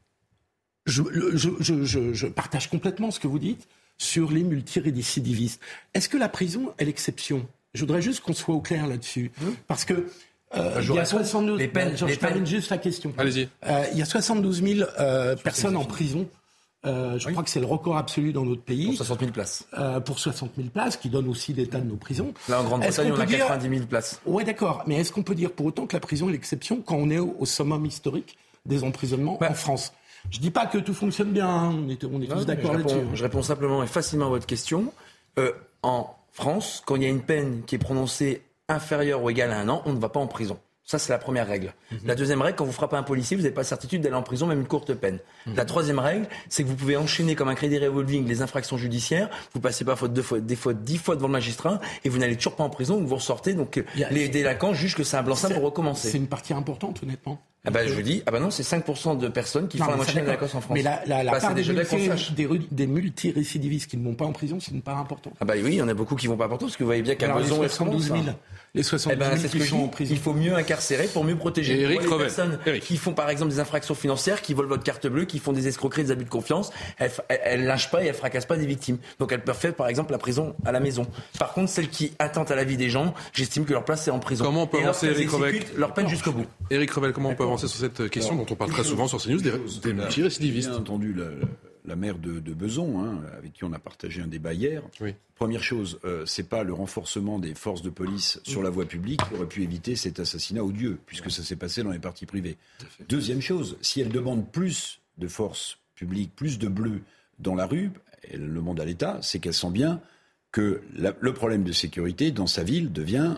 je, je, je, je, je partage complètement ce que vous dites sur les multirécidivistes. Est-ce que la prison est l'exception ? Je voudrais juste qu'on soit au clair là-dessus. Mmh. Parce que euh, il y a soixante-douze... Les peines, ben, les je termine peines. juste la question. Allez-y. Euh, il y a soixante-douze mille euh, personnes en prison. Euh, je oui. crois que c'est le record absolu dans notre pays. Pour soixante mille places. Euh, pour soixante mille places, qui donne aussi l'état de nos prisons. Là, en Grande-Bretagne, on a dire... quatre-vingt-dix mille places. Oui, d'accord. Mais est-ce qu'on peut dire pour autant que la prison est l'exception quand on est au, au summum historique des emprisonnements ouais. en France ? Je ne dis pas que tout fonctionne bien, hein. on est, on est tous non, d'accord je là-dessus. Réponds, je réponds simplement et facilement à votre question. Euh, en France, quand il y a une peine qui est prononcée inférieure ou égale à un an, on ne va pas en prison. Ça, c'est la première règle. Mm-hmm. La deuxième règle, quand vous frappez un policier, vous n'avez pas certitude d'aller en prison, même une courte peine. Mm-hmm. La troisième règle, c'est que vous pouvez enchaîner comme un crédit revolving les infractions judiciaires. Vous passez pas faute deux fois, des fois dix fois devant le magistrat et vous n'allez toujours pas en prison ou vous ressortez. Donc, a, les délinquants jugent que c'est un blanc-seing pour recommencer. C'est une partie importante, honnêtement. Ah bah, je vous dis, ah bah non, c'est cinq pour cent de personnes qui non, font la moitié de la délinquance en France. Mais la, la, la bah, part des, multi, des, des multirécidivistes qui ne vont pas en prison, c'est une part importante. Ah bah oui, il y en a beaucoup qui ne vont pas en prison, parce que vous voyez bien qu'à Besançon, les soixante-douze mille, les soixante-douze mille eh ben, qui sont en prison. Il faut mieux incarcérer pour mieux protéger. Éric les Revel. personnes Éric. qui font par exemple des infractions financières, qui volent votre carte bleue, qui font des escroqueries, des abus de confiance, elles, elles, elles lynchent pas et elles fracassent pas des victimes. Donc elles peuvent faire par exemple la prison à la maison. Par contre, celles qui attentent à la vie des gens, j'estime que leur place c'est en prison. Comment on peut et avancer, Éric Revel leur peine jusqu'au bout. Éric Revel, comment on peut avancer sur cette question dont on parle très souvent sur CNews, des, des multirécidivistes? Bien entendu, la, la maire de, de Besançon, hein, avec qui on a partagé un débat hier. Oui. Première chose, euh, c'est pas le renforcement des forces de police sur la voie publique qui aurait pu éviter cet assassinat odieux, puisque ça s'est passé dans les parties privées. Deuxième chose, si elle demande plus de forces publiques, plus de bleus dans la rue, elle le demande à l'État, c'est qu'elle sent bien que la, le problème de sécurité dans sa ville devient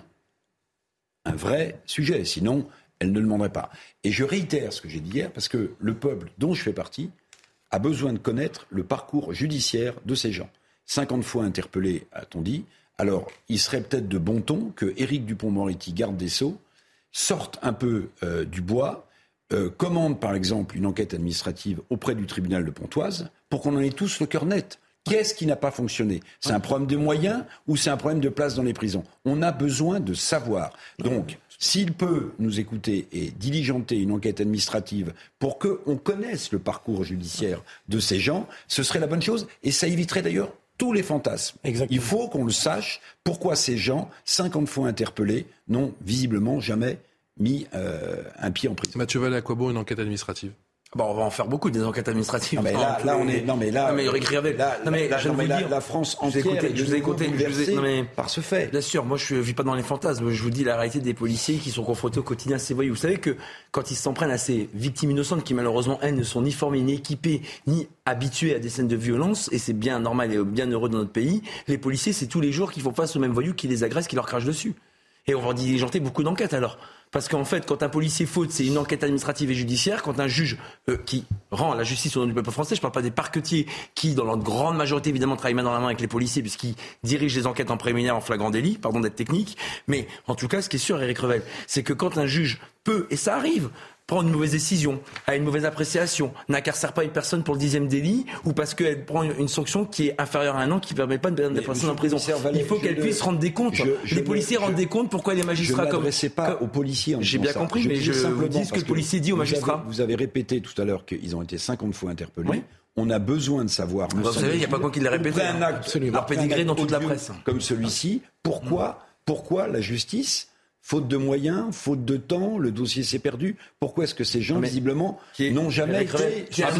un vrai sujet. Sinon, elle ne le demanderait pas. Et je réitère ce que j'ai dit hier, parce que le peuple dont je fais partie a besoin de connaître le parcours judiciaire de ces gens. cinquante fois interpellés, a-t-on dit. Alors, il serait peut-être de bon ton que Éric Dupond-Moretti, garde des Sceaux, sorte un peu euh, du bois, euh, commande par exemple une enquête administrative auprès du tribunal de Pontoise, pour qu'on en ait tous le cœur net. Qu'est-ce qui n'a pas fonctionné ? C'est un problème de moyens ou c'est un problème de place dans les prisons ? On a besoin de savoir. Donc, s'il peut nous écouter et diligenter une enquête administrative pour qu'on connaisse le parcours judiciaire de ces gens, ce serait la bonne chose et ça éviterait d'ailleurs tous les fantasmes. Exactement. Il faut qu'on le sache pourquoi ces gens, cinquante fois interpellés, n'ont visiblement jamais mis euh, un pied en prison. Mathieu Vallet, à quoi bon une enquête administrative ? Bon, on va en faire beaucoup des enquêtes administratives. Non mais là, là on est. Non mais là. Non mais Eric Revel. Là, non mais là, je non, vais mais vous la, dire. la France entière. Je vous ai écouté. Je vous ai écouté. Je vous ai, non mais par ce fait. Bien sûr, moi je vis pas dans les fantasmes. Je vous dis la réalité des policiers qui sont confrontés au quotidien à ces voyous. Vous savez que quand ils s'en prennent à ces victimes innocentes qui malheureusement elles ne sont ni formées, ni équipées, ni habituées à des scènes de violence, et c'est bien normal et bien heureux dans notre pays. Les policiers, c'est tous les jours qu'ils font face aux mêmes voyous qui les agressent, qui leur crachent dessus. Et on va diligenter beaucoup d'enquêtes alors. Parce qu'en fait, quand un policier faute, c'est une enquête administrative et judiciaire. Quand un juge euh, qui rend la justice au nom du peuple français, je ne parle pas des parquetiers qui, dans leur grande majorité, évidemment, travaillent main dans la main avec les policiers puisqu'ils dirigent les enquêtes en préliminaire en flagrant délit, pardon d'être technique. Mais en tout cas, ce qui est sûr, Éric Revel, c'est que quand un juge peut, et ça arrive, prendre une mauvaise décision, a une mauvaise appréciation, n'incarcère pas une personne pour le dixième délit ou parce qu'elle prend une sanction qui est inférieure à un an qui ne permet pas de mettre la personne en prison. Valais, il faut qu'elle puisse rendre des comptes. Je, je les policiers je, rendent des comptes. Pourquoi les magistrats comme... Je ne m'adressais pas comme... aux policiers en J'ai bien ça. compris, je mais je vous dis ce que le policier dit aux magistrats. Vous avez répété tout à l'heure qu'ils ont été cinquante fois interpellés. Oui. On a besoin de savoir. Vous savez, il n'y a pas quoi qui l'a répété. Un acte, leur pédigré dans toute la presse. Comme celui-ci. Pourquoi, pourquoi la justice, faute de moyens, faute de temps, le dossier s'est perdu. Pourquoi est-ce que ces gens, mais, visiblement, est, n'ont jamais été... Qu'il y a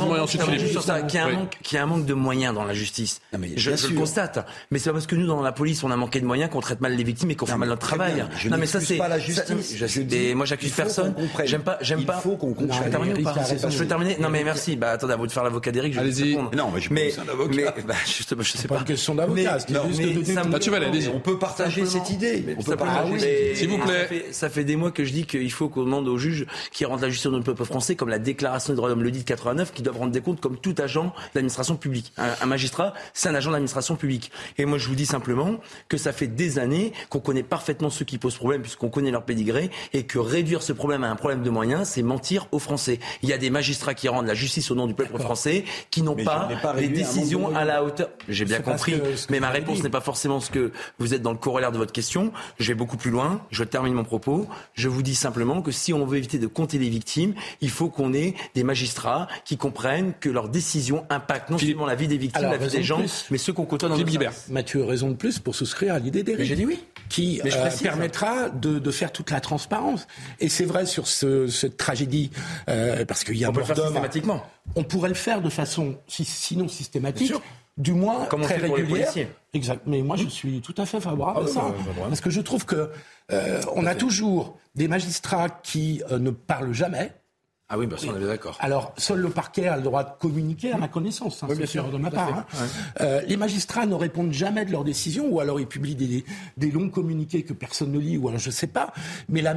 un manque de moyens dans la justice. Non, mais je, je le constate. Mais c'est pas parce que nous, dans la police, on a manqué de moyens qu'on traite mal les victimes et qu'on non, fait mal notre travail. Je non, mais ça, c'est pas la justice. Ça, je dis, moi, j'accuse personne. J'aime pas... J'aime il pas... faut qu'on comprenne. Je vais terminer ou pas Je vais terminer. Non, mais merci. Bah, attendez, à vous de faire l'avocat d'Éric. Allez-y. Non, mais je suis pas un avocat. Mais, je sais pas. C'est pas une question d'avocat. Mathieu Vallet, allez-y. On peut partager cette idée. On peut partager. S'il vous plaît. Ça fait des mois que je dis qu'il faut qu'on demande aux juges qui rendent la justice au nom du peuple français, comme la Déclaration des droits de l'homme le dit de quatre-vingt-neuf, qui doivent rendre des comptes comme tout agent de l'administration publique. Un, un magistrat, c'est un agent de l'administration publique. Et moi, je vous dis simplement que ça fait des années qu'on connaît parfaitement ceux qui posent problème, puisqu'on connaît leur pédigré, et que réduire ce problème à un problème de moyens, c'est mentir aux Français. Il y a des magistrats qui rendent la justice au nom du peuple D'accord. français, qui n'ont pas, pas les décisions à la hauteur. J'ai bien c'est compris, que, mais ma réponse dit. n'est pas forcément ce que vous êtes dans le corollaire de votre question. Je vais beaucoup plus loin. Je termine mon propos. Je vous dis simplement que si on veut éviter de compter les victimes, il faut qu'on ait des magistrats qui comprennent que leurs décisions impactent non seulement la vie des victimes, Alors, la vie des gens, plus. mais ceux qu'on côtoie dans notre service. Mathieu, raison de plus pour souscrire à l'idée d'Éric. J'ai dit oui. Qui euh, permettra de, de faire toute la transparence. Et c'est vrai sur ce, cette tragédie, euh, parce qu'il y a on peut le faire systématiquement. On pourrait le faire de façon, si, sinon systématique. Du moins Comme très régulière. Exact. Mais moi, je suis tout à fait favorable ah, à ça. Bah, bah, bah, parce que je trouve que euh, on a toujours des magistrats qui euh, ne parlent jamais. Ah oui, bah ça, on est d'accord. Alors, seul le parquet a le droit de communiquer à ma connaissance, hein, oui, c'est sûr, de ma part. Hein. Ouais. Euh, les magistrats ne répondent jamais de leurs décisions, ou alors ils publient des, des longs communiqués que personne ne lit, ou alors je ne sais pas. Mais la,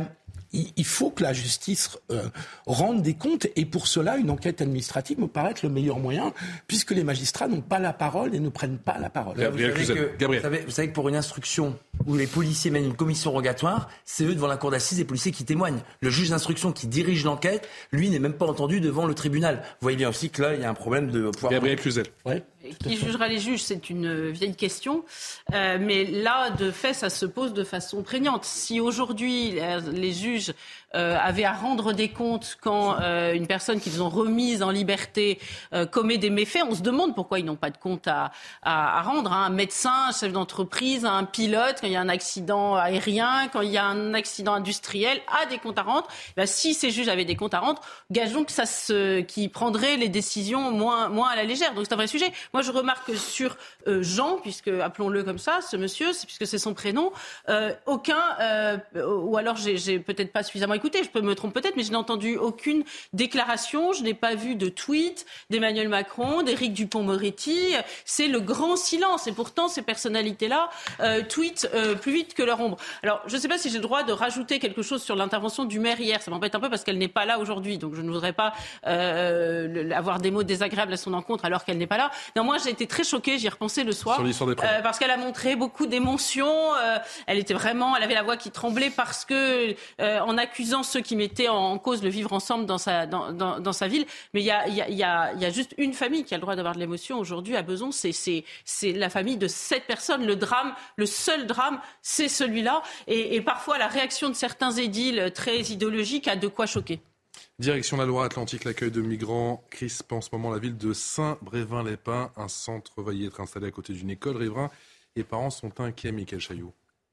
il faut que la justice euh, rende des comptes. Et pour cela, une enquête administrative me paraît être le meilleur moyen, puisque les magistrats n'ont pas la parole et ne prennent pas la parole. Gabriel vous, savez que, Gabriel. Vous, savez, vous savez que pour une instruction où les policiers mènent une commission rogatoire, c'est eux devant la cour d'assises, les policiers qui témoignent. Le juge d'instruction qui dirige l'enquête, lui, n'est même pas entendu devant le tribunal. Vous voyez bien aussi que là, il y a un problème de pouvoir... Gabriel Cluzel. Ouais. Qui jugera les juges, c'est une vieille question. Euh, mais là, de fait, ça se pose de façon prégnante. Si aujourd'hui, les juges euh, avaient à rendre des comptes quand euh, une personne qu'ils ont remise en liberté euh, commet des méfaits, on se demande pourquoi ils n'ont pas de compte à, à, à rendre. Hein. Un médecin, un chef d'entreprise, un pilote, quand il y a un accident aérien, quand il y a un accident industriel, a des comptes à rendre. Ben, si ces juges avaient des comptes à rendre, gageons que ça se, qu'ils prendraient les décisions moins, moins à la légère. Donc c'est un vrai sujet. Moi, je remarque que sur euh, Jean, puisque appelons-le comme ça, ce monsieur, c'est, puisque c'est son prénom, euh, aucun, euh, ou alors j'ai, j'ai peut-être pas suffisamment écouté, je peux me tromper peut-être, mais je n'ai entendu aucune déclaration, je n'ai pas vu de tweet d'Emmanuel Macron, d'Éric Dupond-Moretti. C'est le grand silence. Et pourtant, ces personnalités-là euh, tweetent euh, plus vite que leur ombre. Alors, je ne sais pas si j'ai le droit de rajouter quelque chose sur l'intervention du maire hier. Ça m'embête un peu parce qu'elle n'est pas là aujourd'hui, donc je ne voudrais pas euh, avoir des mots désagréables à son encontre alors qu'elle n'est pas là. Néanmoins, j'ai été très choquée, j'y ai repensé le soir, euh, parce qu'elle a montré beaucoup d'émotions. Euh, elle était vraiment, elle avait la voix qui tremblait parce que, euh, en accusant ceux qui mettaient en cause le vivre ensemble dans sa dans, dans, dans sa ville. Mais il y a il y a il y a il y a juste une famille qui a le droit d'avoir de l'émotion aujourd'hui à Bezons, c'est c'est c'est la famille de sept personnes. Le drame, le seul drame, c'est celui-là. Et, et parfois, la réaction de certains édiles très idéologiques a de quoi choquer. Direction la Loire-Atlantique, l'accueil de migrants crispe en ce moment la ville de Saint-Brévin-les-Pins. Un centre va y être installé à côté d'une école. Riverains et parents sont inquiets, Mickaël Chailloux.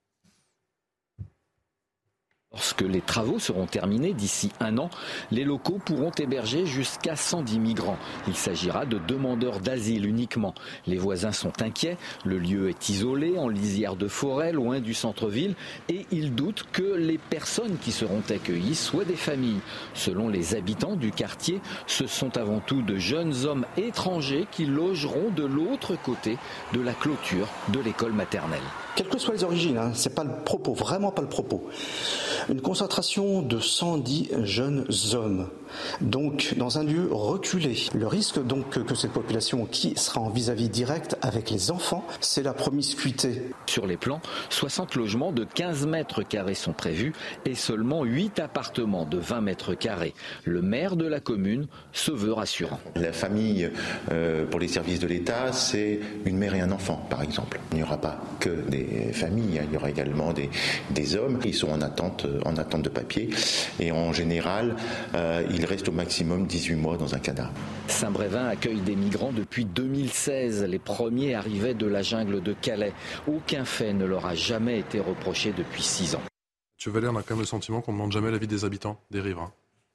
Lorsque les travaux seront terminés d'ici un an, les locaux pourront héberger jusqu'à cent dix migrants. Il s'agira de demandeurs d'asile uniquement. Les voisins sont inquiets. Le lieu est isolé, en lisière de forêt, loin du centre-ville. Et ils doutent que les personnes qui seront accueillies soient des familles. Selon les habitants du quartier, ce sont avant tout de jeunes hommes étrangers qui logeront de l'autre côté de la clôture de l'école maternelle. Quelles que soient les origines, hein, c'est pas le propos, vraiment pas le propos. Une concentration de cent dix jeunes hommes, donc dans un lieu reculé. Le risque donc que cette population qui sera en vis-à-vis direct avec les enfants, c'est la promiscuité. Sur les plans, soixante logements de quinze mètres carrés sont prévus et seulement huit appartements de vingt mètres carrés. Le maire de la commune se veut rassurant. La famille euh, pour les services de l'État, c'est une mère et un enfant, par exemple. Il n'y aura pas que des familles, il y aura également des, des hommes. Ils sont en attente, en attente de papier et en général, euh, ils restent au maximum dix-huit mois dans un cadavre. Saint-Brévin accueille des migrants depuis deux mille seize. Les premiers arrivaient de la jungle de Calais. Aucun fait ne leur a jamais été reproché depuis six ans. Tu Valère, on a quand même le sentiment qu'on ne demande jamais l'avis des habitants, des riverains.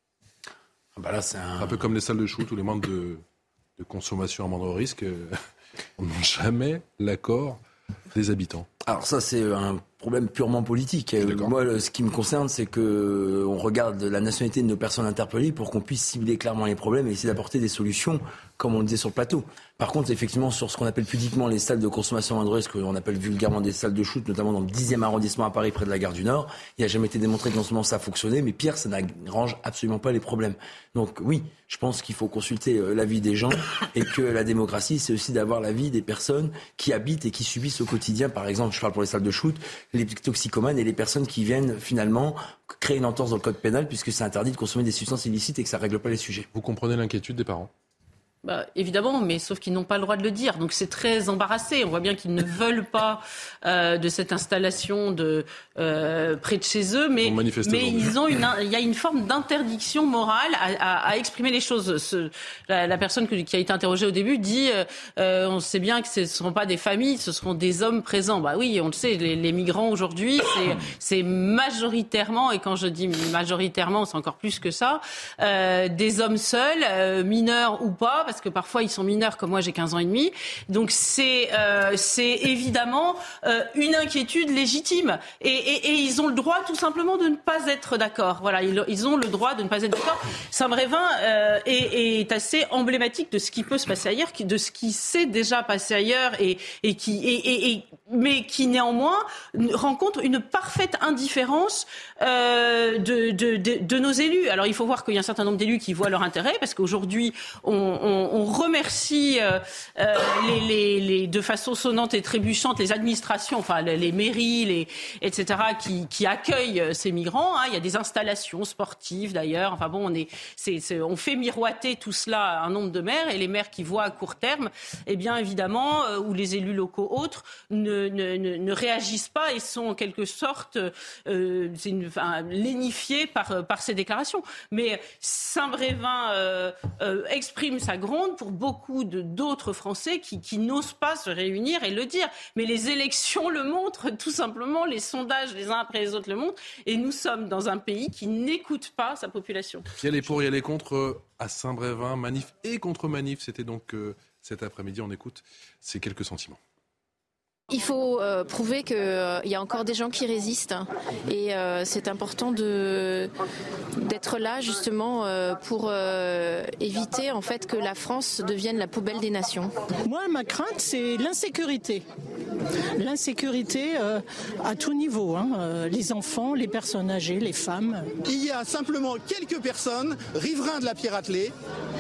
Ah bah là, c'est un... un peu comme les salles de shoot ou les membres de, de consommation à moindre risque. On ne demande jamais l'accord des habitants. Alors ça, c'est un problème purement politique. Moi, ce qui me concerne, c'est que on regarde la nationalité de nos personnes interpellées pour qu'on puisse cibler clairement les problèmes et essayer d'apporter des solutions, comme on le disait sur le plateau. Par contre, effectivement, sur ce qu'on appelle pudiquement les salles de consommation à moindre risque, qu'on appelle vulgairement des salles de shoot, notamment dans le dixième arrondissement à Paris, près de la gare du Nord, il n'a jamais été démontré que non seulement ça a fonctionné, mais pire, ça n'arrange absolument pas les problèmes. Donc oui, je pense qu'il faut consulter l'avis des gens et que la démocratie, c'est aussi d'avoir l'avis des personnes qui habitent et qui subissent au quotidien, par exemple, je parle pour les salles de shoot, les toxicomanes et les personnes qui viennent finalement créer une entorse dans le code pénal puisque c'est interdit de consommer des substances illicites et que ça ne règle pas les sujets. Vous comprenez l'inquiétude des parents ? Bah, évidemment, mais sauf qu'ils n'ont pas le droit de le dire. Donc c'est très embarrassé. On voit bien qu'ils ne veulent pas euh, de cette installation de, euh, près de chez eux, mais, mais ils ont une, il y a une forme d'interdiction morale à, à, à exprimer les choses. Ce, la, la personne qui a été interrogée au début dit euh, on sait bien que ce ne seront pas des familles, ce seront des hommes présents. Bah oui, on le sait, les, les migrants aujourd'hui, c'est, c'est majoritairement, et quand je dis majoritairement, c'est encore plus que ça, euh, des hommes seuls, euh, mineurs ou pas, parce que parfois ils sont mineurs comme moi, j'ai quinze ans et demi. Donc c'est, euh, c'est évidemment euh, une inquiétude légitime. Et, et, et ils ont le droit tout simplement de ne pas être d'accord. Voilà, ils, ils ont le droit de ne pas être d'accord. Saint-Brévin euh, est, est assez emblématique de ce qui peut se passer ailleurs, de ce qui s'est déjà passé ailleurs, et, et qui, et, et, et, mais qui néanmoins rencontre une parfaite indifférence euh, de, de, de, de nos élus. Alors il faut voir qu'il y a un certain nombre d'élus qui voient leur intérêt, parce qu'aujourd'hui on, on, on remercie euh, euh, les, les, les, de façon sonnante et trébuchante les administrations, enfin les, les mairies, les, et cetera, qui, qui accueillent ces migrants. Hein. Il y a des installations sportives d'ailleurs. Enfin bon, on, est, c'est, c'est, on fait miroiter tout cela à un nombre de maires, et les maires qui voient à court terme, eh bien évidemment, euh, ou les élus locaux autres, ne, ne, ne, ne réagissent pas et sont en quelque sorte euh, c'est une, enfin, lénifiés par, par ces déclarations. Mais Saint-Brévin euh, euh, exprime sa gronde pour beaucoup de, d'autres Français qui, qui n'osent pas se réunir et le dire. Mais les élections le montrent, tout simplement, les sondages les uns après les autres le montrent, et nous sommes dans un pays qui n'écoute pas sa population. Il y a les pour, il y a les contre euh, à Saint-Brévin, manif et contre-manif. C'était donc euh, cet après-midi, on écoute ces quelques sentiments. Il faut euh, prouver qu'il euh, y a encore des gens qui résistent, et euh, c'est important de, d'être là justement euh, pour euh, éviter en fait que la France devienne la poubelle des nations. Moi, ma crainte, c'est l'insécurité. L'insécurité euh, à tout niveau, hein. euh, les enfants, les personnes âgées, les femmes. Il y a simplement quelques personnes, riverains de la Pierre-Attelée,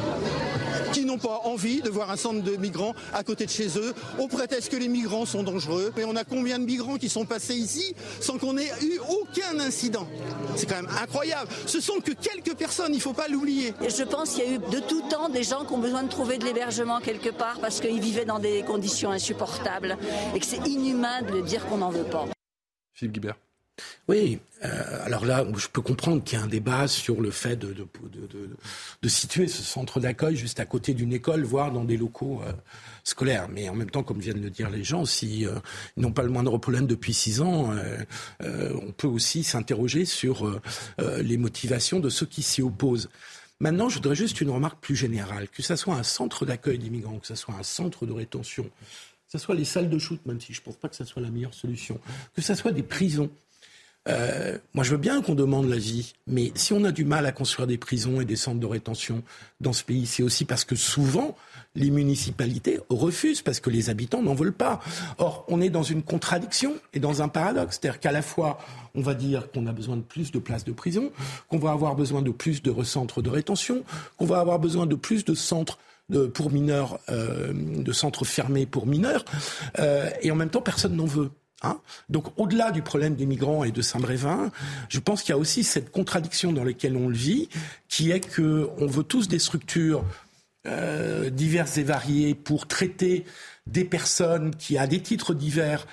qui n'ont pas envie de voir un centre de migrants à côté de chez eux, au prétexte que les migrants sont dangereux. Mais on a combien de migrants qui sont passés ici sans qu'on ait eu aucun incident? C'est quand même incroyable. Ce sont que quelques personnes, il ne faut pas l'oublier. Je pense qu'il y a eu de tout temps des gens qui ont besoin de trouver de l'hébergement quelque part parce qu'ils vivaient dans des conditions insupportables et que c'est inhumain de le dire qu'on n'en veut pas. Philippe Guibert. Oui, euh, alors là, je peux comprendre qu'il y a un débat sur le fait de, de, de, de, de situer ce centre d'accueil juste à côté d'une école, voire dans des locaux euh, scolaires. Mais en même temps, comme viennent de le dire les gens, si euh, ils n'ont pas le moindre problème depuis six ans, euh, euh, on peut aussi s'interroger sur euh, euh, les motivations de ceux qui s'y opposent. Maintenant, je voudrais juste une remarque plus générale, que ce soit un centre d'accueil d'immigrants, que ce soit un centre de rétention, que ce soit les salles de shoot, même si je ne pense pas que ce soit la meilleure solution, que ce soit des prisons. Euh, moi, je veux bien qu'on demande l'avis, mais si on a du mal à construire des prisons et des centres de rétention dans ce pays, c'est aussi parce que souvent, les municipalités refusent, parce que les habitants n'en veulent pas. Or, on est dans une contradiction et dans un paradoxe. C'est-à-dire qu'à la fois, on va dire qu'on a besoin de plus de places de prison, qu'on va avoir besoin de plus de centres de rétention, qu'on va avoir besoin de plus de centres de, pour mineurs, euh, de centres fermés pour mineurs, euh, et en même temps, personne n'en veut. Hein Donc, au-delà du problème des migrants et de Saint-Brévin, je pense qu'il y a aussi cette contradiction dans laquelle on le vit, qui est qu'on veut tous des structures euh, diverses et variées pour traiter des personnes qui, à des titres divers,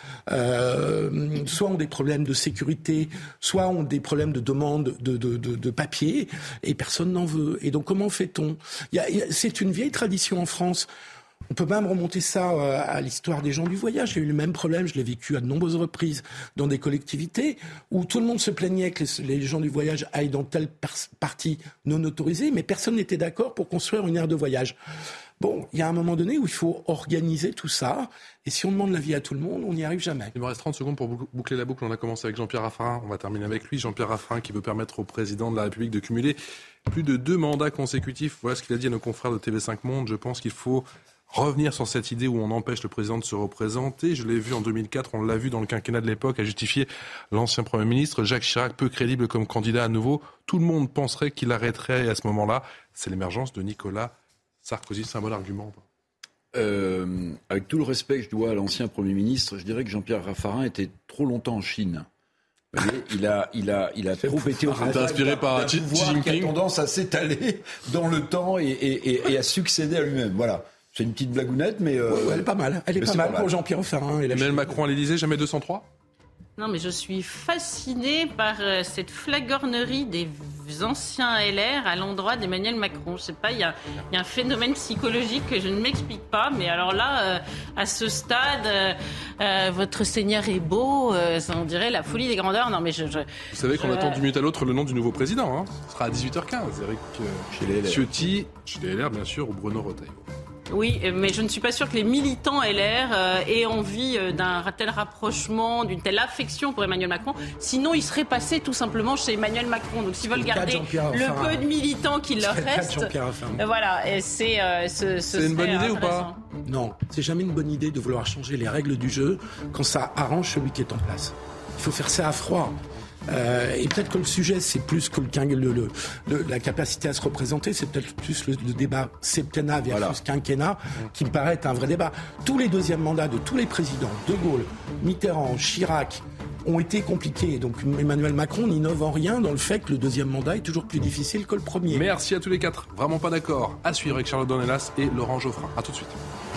euh, soit ont des problèmes de sécurité, soit ont des problèmes de demande de, de, de, de papier, et personne n'en veut. Et donc, comment fait-on ? il y a, il y a, C'est une vieille tradition en France. On peut même remonter ça à l'histoire des gens du voyage. J'ai eu le même problème, je l'ai vécu à de nombreuses reprises dans des collectivités où tout le monde se plaignait que les gens du voyage aillent dans telle partie non autorisée, mais personne n'était d'accord pour construire une aire de voyage. Bon, il y a un moment donné où il faut organiser tout ça, et si on demande l'avis à tout le monde, on n'y arrive jamais. Il me reste trente secondes pour boucler la boucle. On a commencé avec Jean-Pierre Raffarin, on va terminer avec lui. Jean-Pierre Raffarin qui veut permettre au président de la République de cumuler plus de deux mandats consécutifs. Voilà ce qu'il a dit à nos confrères de T V cinq Monde. Je pense qu'il faut revenir sur cette idée où on empêche le président de se représenter. Je l'ai vu en deux mille quatre, on l'a vu dans le quinquennat de l'époque, a justifié l'ancien Premier ministre Jacques Chirac, peu crédible comme candidat à nouveau. Tout le monde penserait qu'il arrêterait à ce moment-là. C'est l'émergence de Nicolas Sarkozy, c'est un bon argument. Euh, avec tout le respect que je dois à l'ancien Premier ministre, je dirais que Jean-Pierre Raffarin était trop longtemps en Chine. Vous voyez, il a, il a, il a trop été au contact inspiré par Xi Jinping, qui a tendance à s'étaler dans le temps et, et, et, et à succéder à lui-même. Voilà. C'est une petite blagounette, mais... Euh... Ouais, ouais, elle est pas mal. Elle est pas mal, pas mal pour Jean-Pierre Raffarin. Emmanuel Macron à l'Élysée, jamais deux cent trois ? Non, mais je suis fascinée par euh, cette flagornerie des anciens L R à l'endroit d'Emmanuel Macron. Je sais pas, il y a, y a un phénomène psychologique que je ne m'explique pas, mais alors là, euh, à ce stade, euh, euh, votre Seigneur est beau, euh, ça, on dirait la folie des grandeurs. Non, mais je... je Vous savez qu'on je... attend d'une minute à l'autre le nom du nouveau président. Hein. Ce sera à dix-huit heures quinze. Eric euh, Ciotti, chez les L R, bien sûr, ou Bruno Retailleau. Oui, mais je ne suis pas sûre que les militants L R euh, aient envie euh, d'un tel rapprochement, d'une telle affection pour Emmanuel Macron. Sinon, ils seraient passés tout simplement chez Emmanuel Macron. Donc, s'ils veulent garder le peu de militants qu'il leur reste, euh, voilà, et c'est. Euh, ce, ce c'est une bonne idée ou pas ? Non, c'est jamais une bonne idée de vouloir changer les règles du jeu quand ça arrange celui qui est en place. Il faut faire ça à froid. Euh, et peut-être que le sujet, c'est plus que le, le, le, le, la capacité à se représenter, c'est peut-être plus le, le débat septennat versus voilà. quinquennat qui me paraît être un vrai débat. Tous les deuxièmes mandats de tous les présidents, De Gaulle, Mitterrand, Chirac, ont été compliqués. Donc Emmanuel Macron n'innove en rien dans le fait que le deuxième mandat est toujours plus difficile que le premier. Merci à tous les quatre. Vraiment pas d'accord. À suivre avec Charlotte Dornelas et Laurent Geoffrin. À tout de suite.